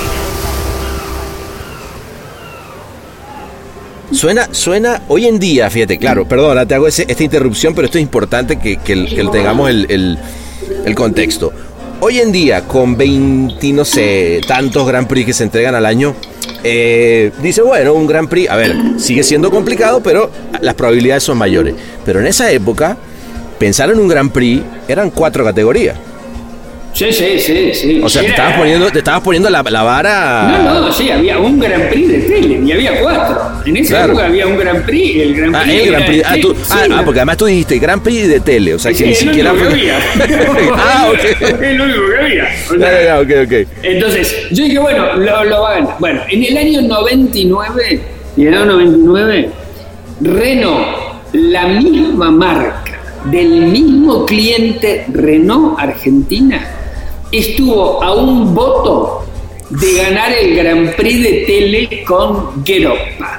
S4: Suena hoy en día, fíjate, claro, perdona, te hago esta interrupción, pero esto es importante que tengamos el contexto. Hoy en día, con 20, no sé, tantos Grand Prix que se entregan al año, dice, bueno, un Grand Prix, a ver, sigue siendo complicado, pero las probabilidades son mayores. Pero en esa época, pensar en un Grand Prix eran 4 categorías.
S8: Sí.
S4: O sea, te estabas poniendo la vara...
S8: No, sí, había un Grand Prix de tele y había 4. En esa época había un Grand Prix, el Grand Prix...
S4: porque además tú dijiste Grand Prix de tele, o sea, que ni siquiera...
S8: Ok. Es lo único que había. O sea,
S4: ok.
S8: Entonces, yo dije, bueno, lo va a ganar. Bueno, en el año 99, Renault, la misma marca, del mismo cliente Renault Argentina, estuvo a un voto de ganar el Grand Prix de tele con Gueropa.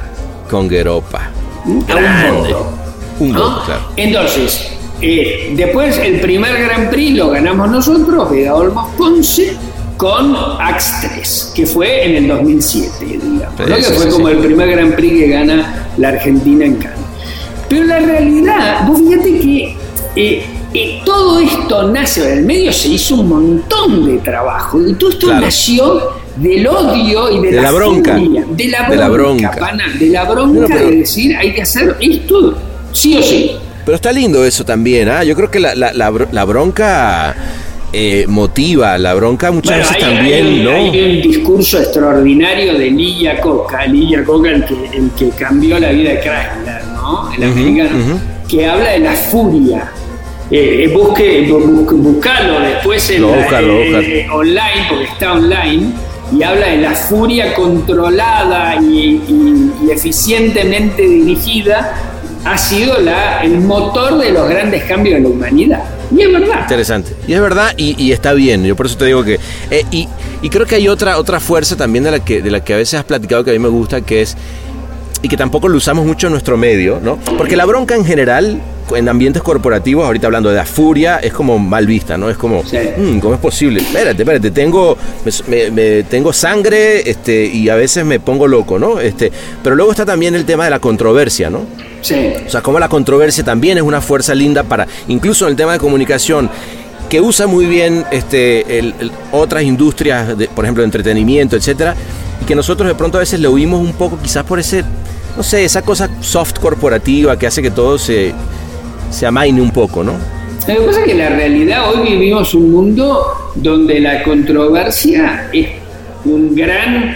S8: Un voto, claro. Entonces, después el primer Grand Prix lo ganamos nosotros, Vega Olmos Ponce, con Ax3, que fue en el 2007, digamos, ¿no? Que fue como el primer Grand Prix que gana la Argentina en Cannes. Pero la realidad, vos fíjate que todo esto nace, en el medio se hizo un montón de trabajo, y todo esto nació del odio y de la bronca. Furia, de la bronca, pana, de la bronca de decir, hay que hacer esto sí o sí.
S4: Pero está lindo eso también, ¿ah? Yo creo que la bronca motiva, la bronca muchas veces también, ¿no?
S8: Hay un discurso extraordinario de Lee Iacocca, el que cambió la vida de Chrysler, ¿no? El americano, que habla de la furia. Buscalo después online, porque está online, y habla de la furia controlada y eficientemente dirigida. Ha sido el motor de los grandes cambios de la humanidad. Y es verdad.
S4: Interesante. Y es verdad y está bien. Yo por eso te digo que... y creo que hay otra fuerza también de la que a veces has platicado, que a mí me gusta, que es... Y que tampoco lo usamos mucho en nuestro medio, ¿no? Porque la bronca en general, en ambientes corporativos, ahorita hablando de la furia, es como mal vista, ¿no? Es como, ¿cómo es posible? Espérate, tengo sangre, y a veces me pongo loco, ¿no? Pero luego está también el tema de la controversia, ¿no?
S8: Sí.
S4: O sea, como la controversia también es una fuerza linda para, incluso en el tema de comunicación, que usa muy bien otras industrias, por ejemplo, de entretenimiento, etcétera, y que nosotros de pronto a veces le huimos un poco, quizás por esa cosa soft corporativa que hace que todo se amaine un poco, ¿no?
S8: Lo que pasa es que la realidad, hoy vivimos un mundo donde la controversia es un gran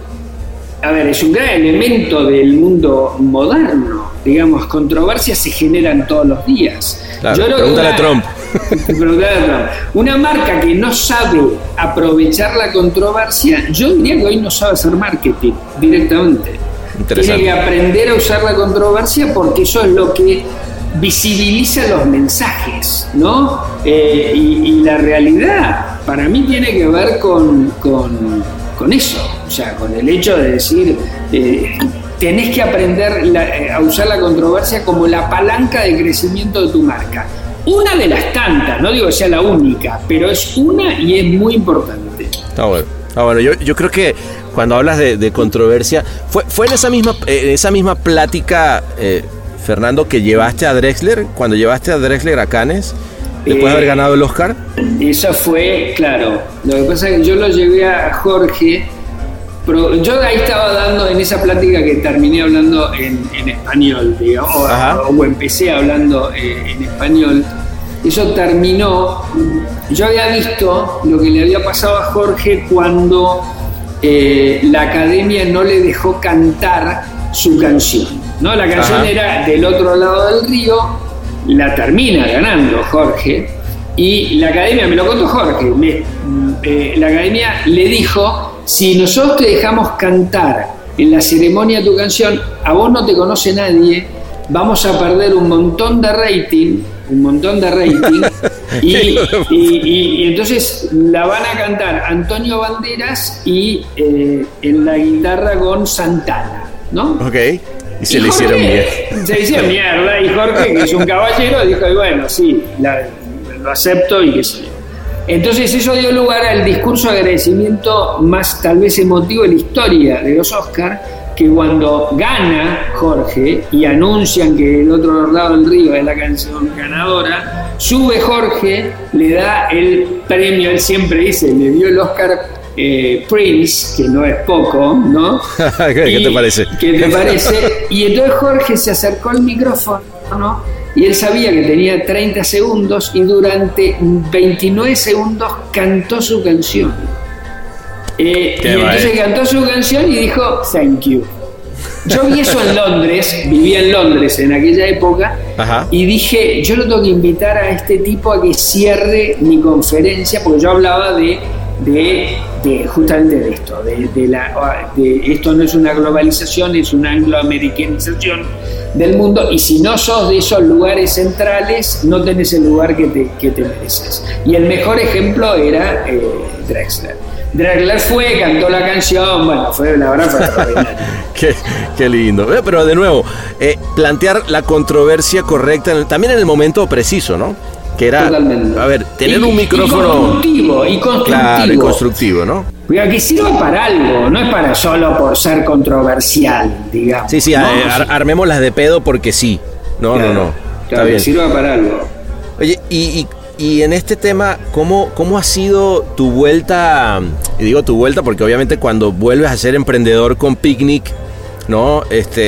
S8: elemento del mundo moderno. Digamos, controversias se generan todos los días.
S4: Claro, pregúntale a Trump.
S8: Una marca que no sabe aprovechar la controversia, yo diría que hoy no sabe hacer marketing directamente. Tiene que aprender a usar la controversia, porque eso es lo que visibiliza los mensajes, ¿no? Y la realidad para mí tiene que ver con eso, o sea, con el hecho de decir tenés que aprender a usar la controversia como la palanca de crecimiento de tu marca. Una de las tantas, no digo que sea la única, pero es una y es muy importante.
S4: Está bueno. Yo creo que cuando hablas de controversia, fue en esa misma plática, Fernando, que llevaste a Drexler, cuando llevaste a Drexler a Cannes, después de haber ganado el Oscar.
S8: Eso fue, claro. Lo que pasa es que yo lo llevé a Jorge. Yo ahí estaba dando en esa plática que terminé hablando en español, digamos, o empecé hablando en español. Eso terminó. Yo había visto lo que le había pasado a Jorge cuando la academia no le dejó cantar su canción, ¿no? La canción era Del otro lado del río, la termina ganando Jorge, y la academia, me lo contó Jorge, la academia le dijo: si nosotros te dejamos cantar en la ceremonia tu canción, a vos no te conoce nadie, vamos a perder un montón de rating, y entonces la van a cantar Antonio Banderas y en la guitarra con Santana, ¿no?
S4: Ok, y se le hicieron mierda.
S8: Se le hicieron mierda, y Jorge, que es un caballero, dijo: bueno, sí, lo acepto y qué sé yo. Entonces eso dio lugar al discurso de agradecimiento más tal vez emotivo en la historia de los Oscars, que cuando gana Jorge y anuncian que Del otro lado del río es la canción ganadora, sube Jorge, le da el premio, él siempre dice, le dio el Oscar Prince, que no es poco, ¿no?
S4: ¿Qué te parece?
S8: ¿Qué te parece? Y entonces Jorge se acercó al micrófono, ¿no? Y él sabía que tenía 30 segundos y durante 29 segundos cantó su canción. Y entonces cantó su canción y dijo thank you. Yo vi eso en Londres, vivía en Londres en aquella época, y dije, yo lo tengo que invitar a este tipo a que cierre mi conferencia, porque yo hablaba de justamente de esto, de esto no es una globalización, es una angloamericanización del mundo, y si no sos de esos lugares centrales, no tenés el lugar que te mereces. Y el mejor ejemplo era Drexler. Drexler cantó la canción, bueno, la verdad fue extraordinario.
S4: Qué lindo. Pero de nuevo, plantear la controversia correcta también en el momento preciso, ¿no? Que era, totalmente. A ver, tener un micrófono
S8: y constructivo.
S4: Claro, y constructivo, ¿no?
S8: Que sirva para algo, no es para solo por ser controversial, digamos.
S4: Sí, ¿no? Armémoslas de pedo porque sí. No.
S8: Claro,
S4: Está bien.
S8: Que sirva para algo.
S4: Oye, y en este tema, ¿cómo ha sido tu vuelta? Y digo tu vuelta porque obviamente cuando vuelves a ser emprendedor con Picnic, ¿no?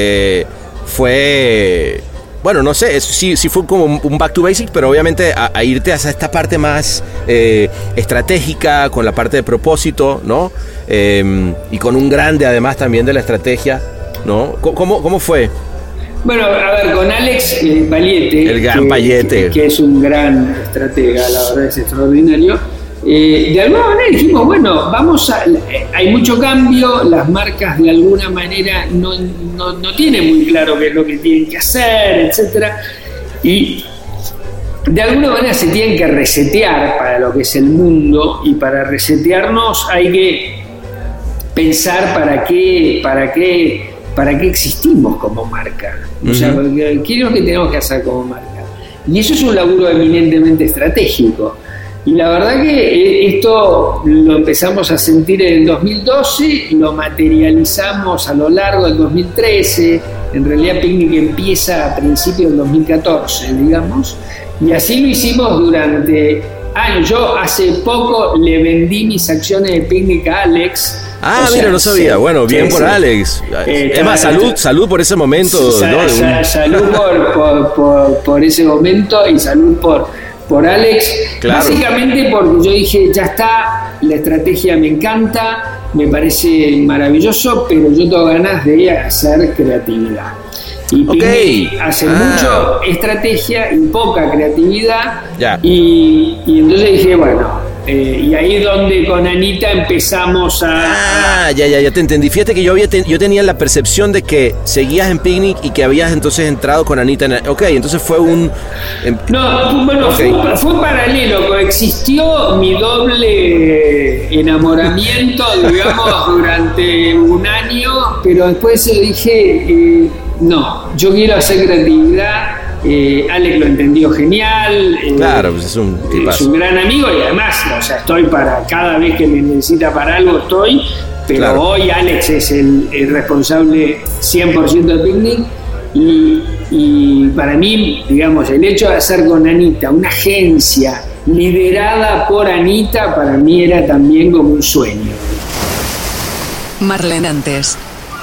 S4: Fue... Bueno, no sé, sí fue como un back to basics, pero obviamente a irte hacia esta parte más estratégica, con la parte de propósito, ¿no? Y con un grande además también de la estrategia, ¿no? ¿Cómo fue?
S8: Bueno, a ver, con Alex Paliete,
S4: el gran Paliete,
S8: que es un gran estratega, la verdad es extraordinario. De alguna manera dijimos, bueno, hay mucho cambio, las marcas de alguna manera no tienen muy claro qué es lo que tienen que hacer, etcétera, y de alguna manera se tienen que resetear para lo que es el mundo, y para resetearnos hay que pensar para qué existimos como marca, o sea, qué es lo que tenemos que hacer como marca, y eso es un laburo eminentemente estratégico. Y la verdad que esto lo empezamos a sentir en el 2012, lo materializamos a lo largo del 2013, en realidad Picnic empieza a principios del 2014, digamos, y así lo hicimos durante años. Yo hace poco le vendí mis acciones de Picnic a Alex.
S4: Mira, no sabía. Bueno, bien por Alex. Es más, salud por ese momento.
S8: Salud por ese momento y salud por Alex, claro. Básicamente porque yo dije, ya está, la estrategia me encanta, me parece maravilloso, pero yo tengo ganas de hacer creatividad. Y Picnic hace mucho estrategia y poca creatividad, y entonces dije, bueno, y ahí es donde con Anita empezamos a...
S4: Ya te entendí. Fíjate que yo tenía la percepción de que seguías en Picnic y que habías entonces entrado con Anita entonces fue un...
S8: No, bueno, fue paralelo, coexistió mi doble enamoramiento, digamos, durante un año, pero después dije, no, yo quiero hacer creatividad. Alex lo entendió genial.
S4: Claro, pues es un
S8: gran amigo y además, o sea, estoy para cada vez que me necesita para algo estoy, pero claro. Hoy Alex es el responsable 100% del Picnic y para mí, digamos, el hecho de hacer con Anita una agencia liderada por Anita, para mí era también como un sueño.
S7: Marlene antes.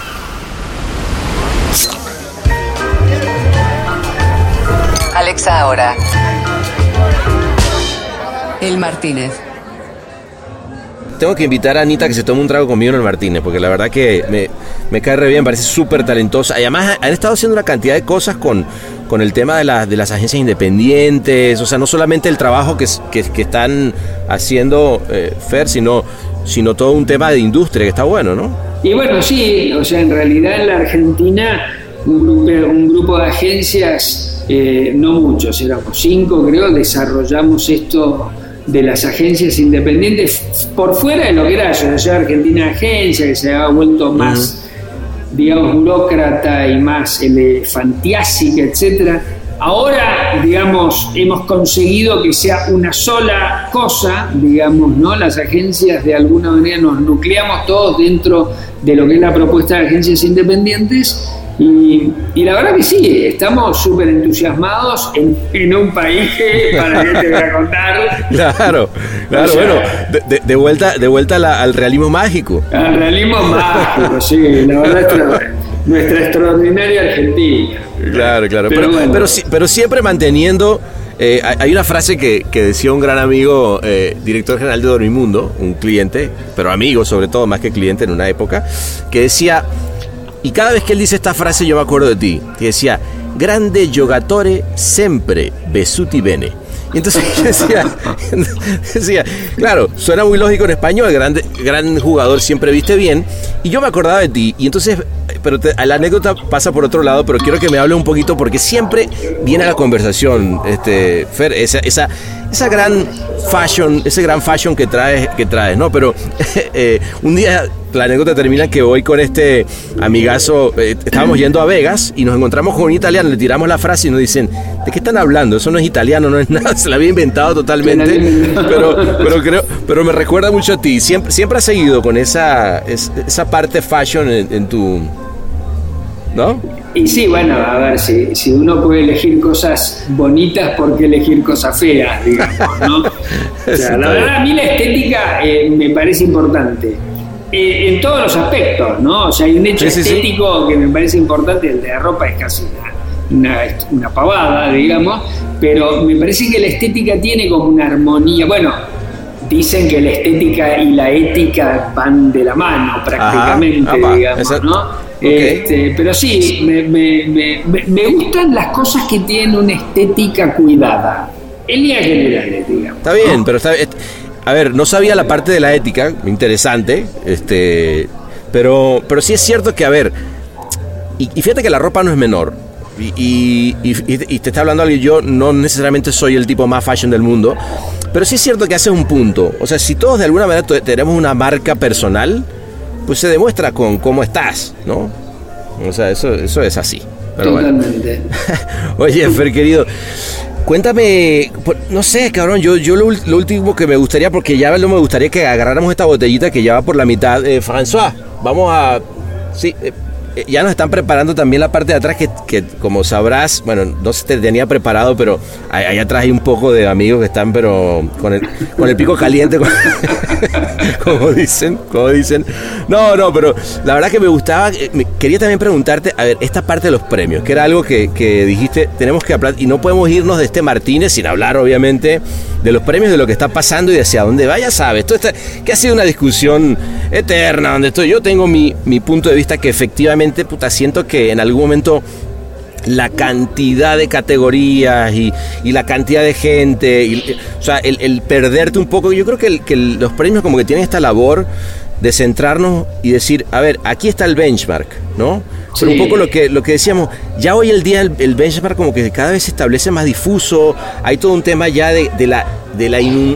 S1: Alexa ahora.
S7: El Martínez.
S4: Tengo que invitar a Anita a que se tome un trago conmigo en el Martínez, porque la verdad que me cae re bien, parece súper talentosa. Y además han estado haciendo una cantidad de cosas con el tema de las agencias independientes, o sea, no solamente el trabajo que están haciendo Fer, sino todo un tema de industria que está bueno, ¿no?
S8: Y bueno, sí, o sea, en realidad en la Argentina un grupo de agencias, no muchos, éramos 5 creo, desarrollamos esto de las agencias independientes por fuera de lo que era la Asociación Argentina de Agencias, que se ha vuelto más, digamos, burócrata y más elefantiásica, etcétera. Ahora, digamos, hemos conseguido que sea una sola cosa, digamos, ¿no? Las agencias de alguna manera nos nucleamos todos dentro de lo que es la propuesta de agencias independientes. Y la verdad que sí, estamos súper entusiasmados en un país que, para qué te voy a contar.
S4: Claro, o sea, bueno, de vuelta al realismo mágico.
S8: Al realismo mágico, sí, la verdad es nuestra extraordinaria Argentina.
S4: Claro,
S8: Bueno.
S4: pero siempre manteniendo. Hay una frase que decía un gran amigo, director general de Dormimundo, un cliente, pero amigo sobre todo, más que cliente en una época, que decía. Y cada vez que él dice esta frase yo me acuerdo de ti, que decía, grande giocatore sempre besuti bene. Y entonces yo decía, claro, suena muy lógico en español, gran jugador siempre viste bien, y yo me acordaba de ti, y entonces, la anécdota pasa por otro lado, pero quiero que me hable un poquito, porque siempre viene a la conversación, Fer, esa gran fashion que traes, ¿no? Pero un día la anécdota termina que voy con este amigazo, estábamos yendo a Vegas y nos encontramos con un italiano, le tiramos la frase y nos dicen, ¿de qué están hablando? Eso no es italiano, no es nada, se la había inventado totalmente, pero me recuerda mucho a ti, siempre has seguido con esa parte fashion en tu... ¿no?
S8: Y sí, bueno, a ver, si uno puede elegir cosas bonitas, ¿por qué elegir cosas feas, digamos, no? O sea, la verdad, a mí la estética me parece importante. En todos los aspectos, ¿no? O sea, hay un hecho estético que me parece importante, el de la ropa es casi una pavada, digamos, pero me parece que la estética tiene como una armonía. Bueno, dicen que la estética y la ética van de la mano prácticamente, digamos, ¿no? Okay. Pero sí, me gustan las cosas que tienen una estética cuidada, en líneas generales, digamos.
S4: Está bien, pero está bien. A ver, no sabía la parte de la ética, interesante, pero sí es cierto que, a ver, y fíjate que la ropa no es menor, y te está hablando alguien, yo no necesariamente soy el tipo más fashion del mundo, pero sí es cierto que haces un punto, o sea, si todos de alguna manera tenemos una marca personal, pues se demuestra con cómo estás, ¿no? O sea, eso es así. Pero
S8: totalmente.
S4: Bueno. Oye, Fer, querido, cuéntame, no sé, cabrón, yo lo último que me gustaría, porque ya no me gustaría que agarráramos esta botellita que ya va por la mitad. François, vamos a... Sí, ya nos están preparando también la parte de atrás que como sabrás, bueno, no se te tenía preparado, pero allá atrás hay un poco de amigos que están, pero con el pico caliente, como dicen. No, pero la verdad que me gustaba, quería también preguntarte, a ver, esta parte de los premios, que era algo que dijiste, tenemos que hablar, y no podemos irnos de este Martínez sin hablar, obviamente, de los premios, de lo que está pasando y de hacia dónde vaya, ¿sabes? Que ha sido una discusión eterna, donde yo tengo mi punto de vista, que efectivamente, siento que en algún momento la cantidad de categorías y la cantidad de gente, o sea, el perderte un poco, yo creo que los premios como que tienen esta labor de centrarnos y decir, a ver, aquí está el benchmark, ¿no? Sí. Pero un poco lo que decíamos, ya hoy el día el benchmark como que cada vez se establece más difuso, hay todo un tema ya de la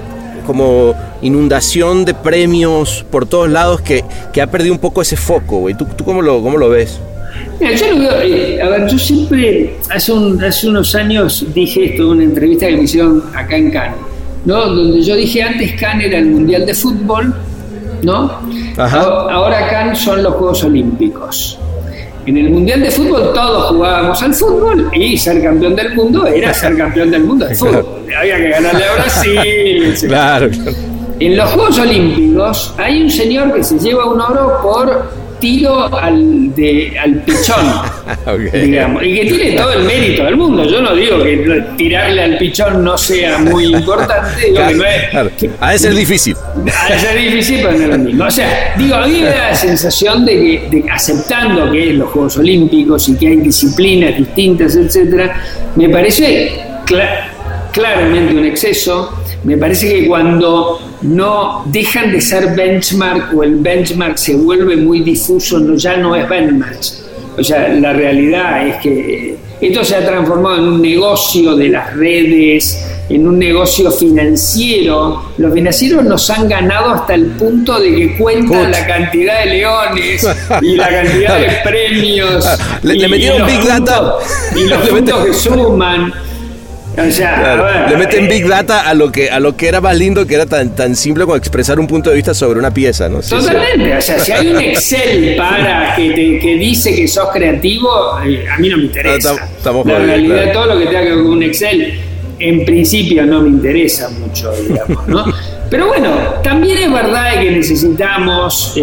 S4: como inundación de premios por todos lados que ha perdido un poco ese foco, güey. ¿Tú cómo lo ves?
S8: Mira, yo lo veo, a ver, yo siempre, hace unos años dije esto en una entrevista que me hicieron acá en Cannes, ¿no? Donde yo dije antes Cannes era el Mundial de Fútbol, ¿no? Ajá. Ahora Cannes son los Juegos Olímpicos. En el Mundial de Fútbol todos jugábamos al fútbol y ser campeón del mundo era ser campeón del mundo de fútbol. Había que ganarle a Brasil.
S4: Claro.
S8: En los Juegos Olímpicos hay un señor que se lleva un oro por tiro al pichón, okay, digamos, y que tiene todo el mérito del mundo. Yo no digo que tirarle al pichón no sea muy importante, digo que no es,
S4: claro. Ha de ser difícil.
S8: Ha de ser difícil, pero no es lo mismo. O sea, digo, a mí me da la sensación de que aceptando que es los Juegos Olímpicos y que hay disciplinas distintas, etcétera, me parece claramente un exceso. Me parece que cuando no dejan de ser benchmark o el benchmark se vuelve muy difuso, ya no es benchmark. O sea, la realidad es que esto se ha transformado en un negocio de las redes, en un negocio financiero. Los financieros nos han ganado hasta el punto de que cuentan la cantidad de leones y la cantidad de premios.
S4: Le metieron Big Data.
S8: Y los puntos que suman. O sea,
S4: claro, le meten Big Data a lo que era más lindo, que era tan simple como expresar un punto de vista sobre una pieza, ¿no?
S8: Totalmente, sí. O sea, si hay un Excel para que dice que sos creativo, a mí no me interesa.
S4: Estamos
S8: la realidad,
S4: claro.
S8: Todo lo que tenga que ver con un Excel, en principio no me interesa mucho, digamos, ¿no? Pero bueno, también es verdad que necesitamos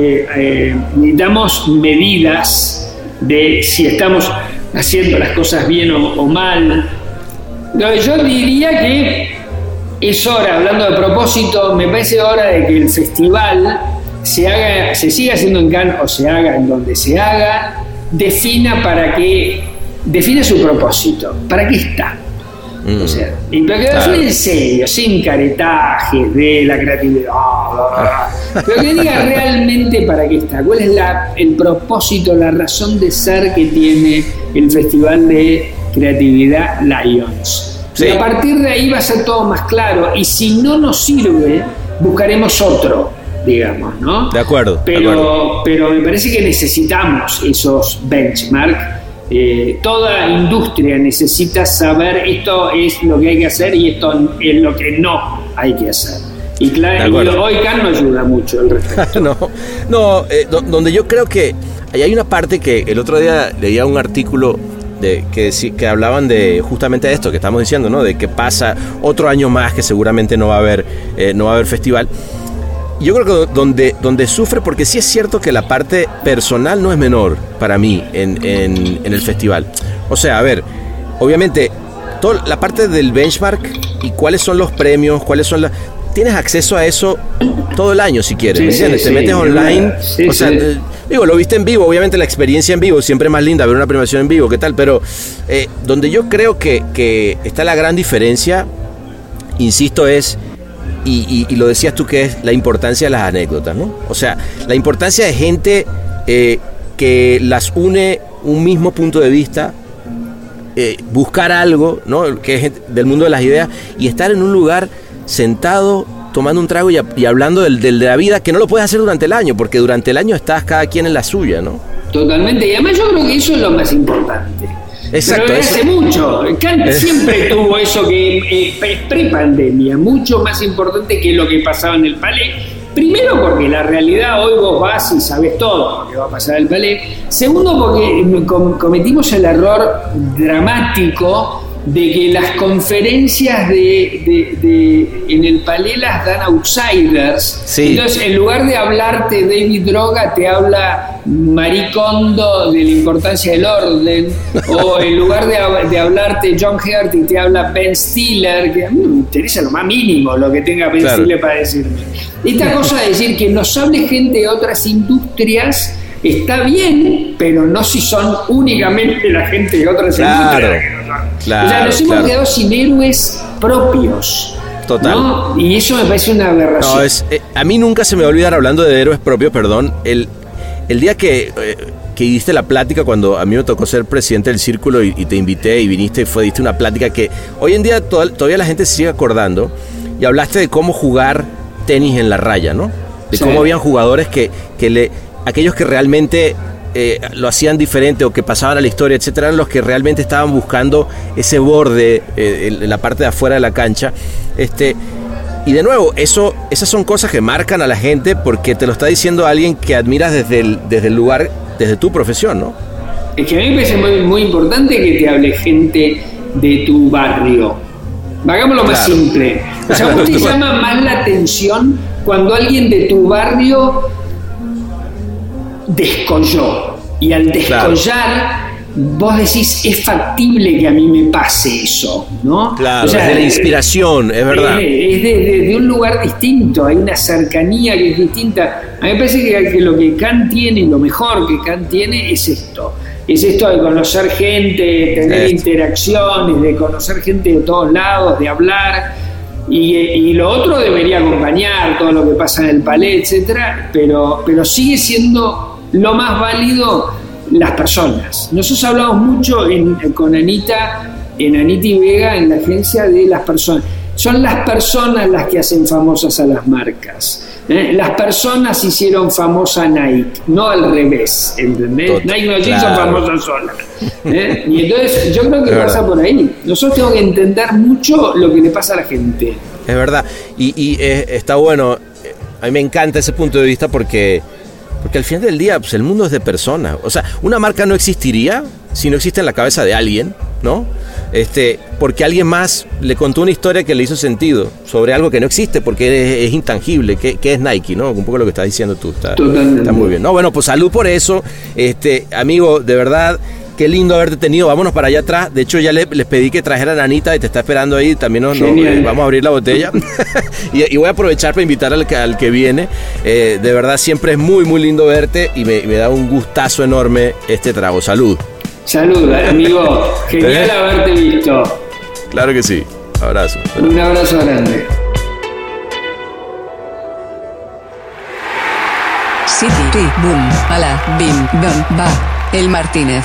S8: medidas de si estamos haciendo las cosas bien o mal. Yo diría que es hora, hablando de propósito, me parece hora de que el festival se siga haciendo en Cannes o se haga en donde se haga, defina su propósito, para qué está. O sea, y para que claro. En serio, sin caretajes de la creatividad, pero que diga realmente para qué está, cuál es el propósito, la razón de ser que tiene el Festival de Creatividad Lions. Sí. Y a partir de ahí va a ser todo más claro, y si no nos sirve, buscaremos otro, digamos, ¿no?
S4: De acuerdo.
S8: Pero me parece que necesitamos esos benchmarks. Toda industria necesita saber esto es lo que hay que hacer y esto es lo que no hay que hacer. Y claro, hoy Cannes no ayuda mucho al respecto.
S4: Donde yo creo que hay una parte que el otro día leía un artículo que hablaban de justamente esto que estamos diciendo, ¿no? De que pasa otro año más que seguramente no va a haber festival. Yo creo que donde sufre, porque sí es cierto que la parte personal no es menor para mí en el festival. O sea, a ver, obviamente toda la parte del benchmark y cuáles son los premios, tienes acceso a eso todo el año si quieres, ¿me entiendes? Te metes online, o sea, digo, lo viste en vivo, obviamente la experiencia en vivo siempre es más linda ver una premiación en vivo, ¿qué tal? Pero donde yo creo que está la gran diferencia, insisto, es y lo decías tú, que es la importancia de las anécdotas, ¿no? O sea, la importancia de gente que las une un mismo punto de vista, buscar algo, ¿no? Que es del mundo de las ideas, y estar en un lugar sentado tomando un trago y hablando de la vida, que no lo puedes hacer durante el año, porque durante el año estás cada quien en la suya, ¿no?
S8: Totalmente, y además yo creo que eso es lo más importante.
S4: Exacto.
S8: Pero hace mucho, Cannes siempre tuvo eso que es pre-pandemia, mucho más importante que lo que pasaba en el Palais. Primero porque la realidad, hoy vos vas y sabés todo lo que va a pasar en el Palais. Segundo porque cometimos el error dramático de que las conferencias en el Palais las dan outsiders. Sí. Entonces, en lugar de hablarte David Droga, te habla Marie Kondo de la importancia del orden, o en lugar de hablarte John Hegarty, te habla Ben Stiller, que a mí me interesa lo más mínimo lo que tenga Ben Stiller para decirme. Esta cosa de decir que nos hable gente de otras industrias está bien, pero no si son únicamente la gente de otras industrias. O sea, nos hemos quedado sin héroes propios.
S4: Total.
S8: ¿No? Y eso me parece una aberración.
S4: No, a mí nunca se me va a olvidar, hablando de héroes propios, perdón, el día que diste la plática, cuando a mí me tocó ser presidente del círculo y te invité y viniste y diste una plática que hoy en día todavía la gente se sigue acordando, y hablaste de cómo jugar tenis en la raya, ¿no? De cómo habían jugadores aquellos que realmente lo hacían diferente o que pasaban a la historia, etcétera, eran los que realmente estaban buscando ese borde en la parte de afuera de la cancha. Y de nuevo, esas son cosas que marcan a la gente porque te lo está diciendo alguien que admiras desde el lugar, desde tu profesión, ¿no?
S8: Es que a mí me parece muy, muy importante que te hable gente de tu barrio. Hagámoslo más simple. O sea, ¿vos te llama más la atención cuando alguien de tu barrio descolló? Y al descollar, vos decís, es factible que a mí me pase eso, ¿no?
S4: Claro, o sea, es de la inspiración, es verdad.
S8: Es de un lugar distinto, hay una cercanía que es distinta. A mí me parece que lo que Kant tiene, lo mejor que Kant tiene es esto. Es esto de conocer gente, de tener interacciones, de conocer gente de todos lados, de hablar. Y lo otro debería acompañar todo lo que pasa en el palé, etcétera, pero sigue siendo lo más válido las personas. Nosotros hablamos mucho con Anita y Vega en la agencia de las personas. Son las personas las que hacen famosas a las marcas. Las personas hicieron famosa a Nike, no al revés, ¿entendés? Nike no hizo famosa sola. Y entonces yo creo que pasa por ahí. Nosotros tenemos que entender mucho lo que le pasa a la gente.
S4: Es verdad. Y está bueno. A mí me encanta ese punto de vista porque al final del día, pues, el mundo es de personas. O sea, una marca no existiría si no existe en la cabeza de alguien, ¿no? Porque alguien más le contó una historia que le hizo sentido sobre algo que no existe porque es intangible, que es Nike, ¿no? Un poco lo que estás diciendo tú. Está muy bien. No, bueno, pues salud por eso. Amigo, de verdad, qué lindo haberte tenido. Vámonos para allá atrás. De hecho, ya les pedí que trajeran a Anita y te está esperando ahí. También vamos a abrir la botella. y voy a aprovechar para invitar al que viene. De verdad, siempre es muy, muy lindo verte y me da un gustazo enorme este trago. Salud.
S8: Salud, amigo. Genial haberte visto.
S4: Claro que sí. Abrazo.
S8: Un abrazo grande.
S7: City, boom, ala, bim, bam, ba. El Martínez.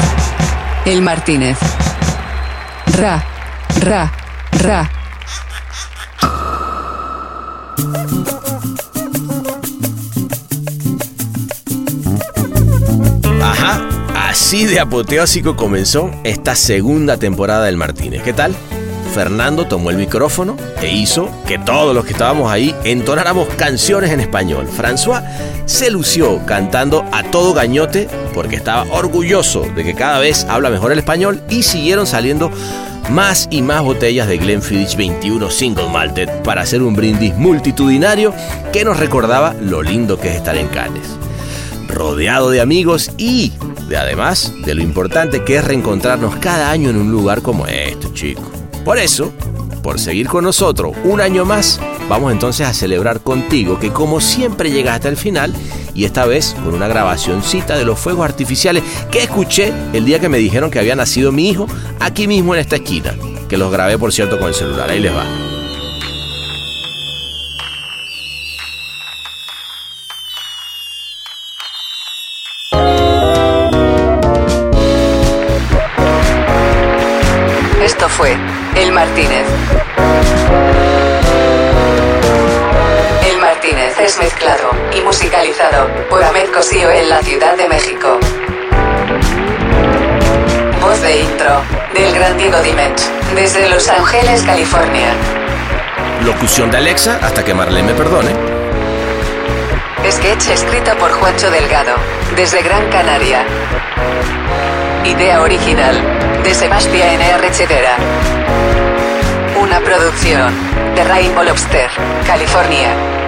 S7: Ra.
S4: Ajá. Así de apoteósico comenzó esta segunda temporada del Martínez. ¿Qué tal? Fernando tomó el micrófono e hizo que todos los que estábamos ahí entonáramos canciones en español. François se lució cantando a todo gañote porque estaba orgulloso de que cada vez habla mejor el español y siguieron saliendo más y más botellas de Glenfiddich 21 Single Malted para hacer un brindis multitudinario que nos recordaba lo lindo que es estar en Cannes, rodeado de amigos y además de lo importante que es reencontrarnos cada año en un lugar como este, chicos. Por eso, por seguir con nosotros un año más, vamos entonces a celebrar contigo que como siempre llegas hasta el final y esta vez con una grabacioncita de los fuegos artificiales que escuché el día que me dijeron que había nacido mi hijo aquí mismo en esta esquina, que los grabé por cierto con el celular. Ahí les va.
S7: Esto fue El Martínez. El Martínez es mezclado y musicalizado por Ahmed Cosío en la Ciudad de México. Voz de intro del gran Diego Dimech desde Los Ángeles, California.
S4: Locución de Alexa hasta que Marlene me perdone.
S7: Sketch escrita por Juancho Delgado desde Gran Canaria. Idea original de Sebastián N.R. Chedera. Una producción de Rainbow Lobster, California.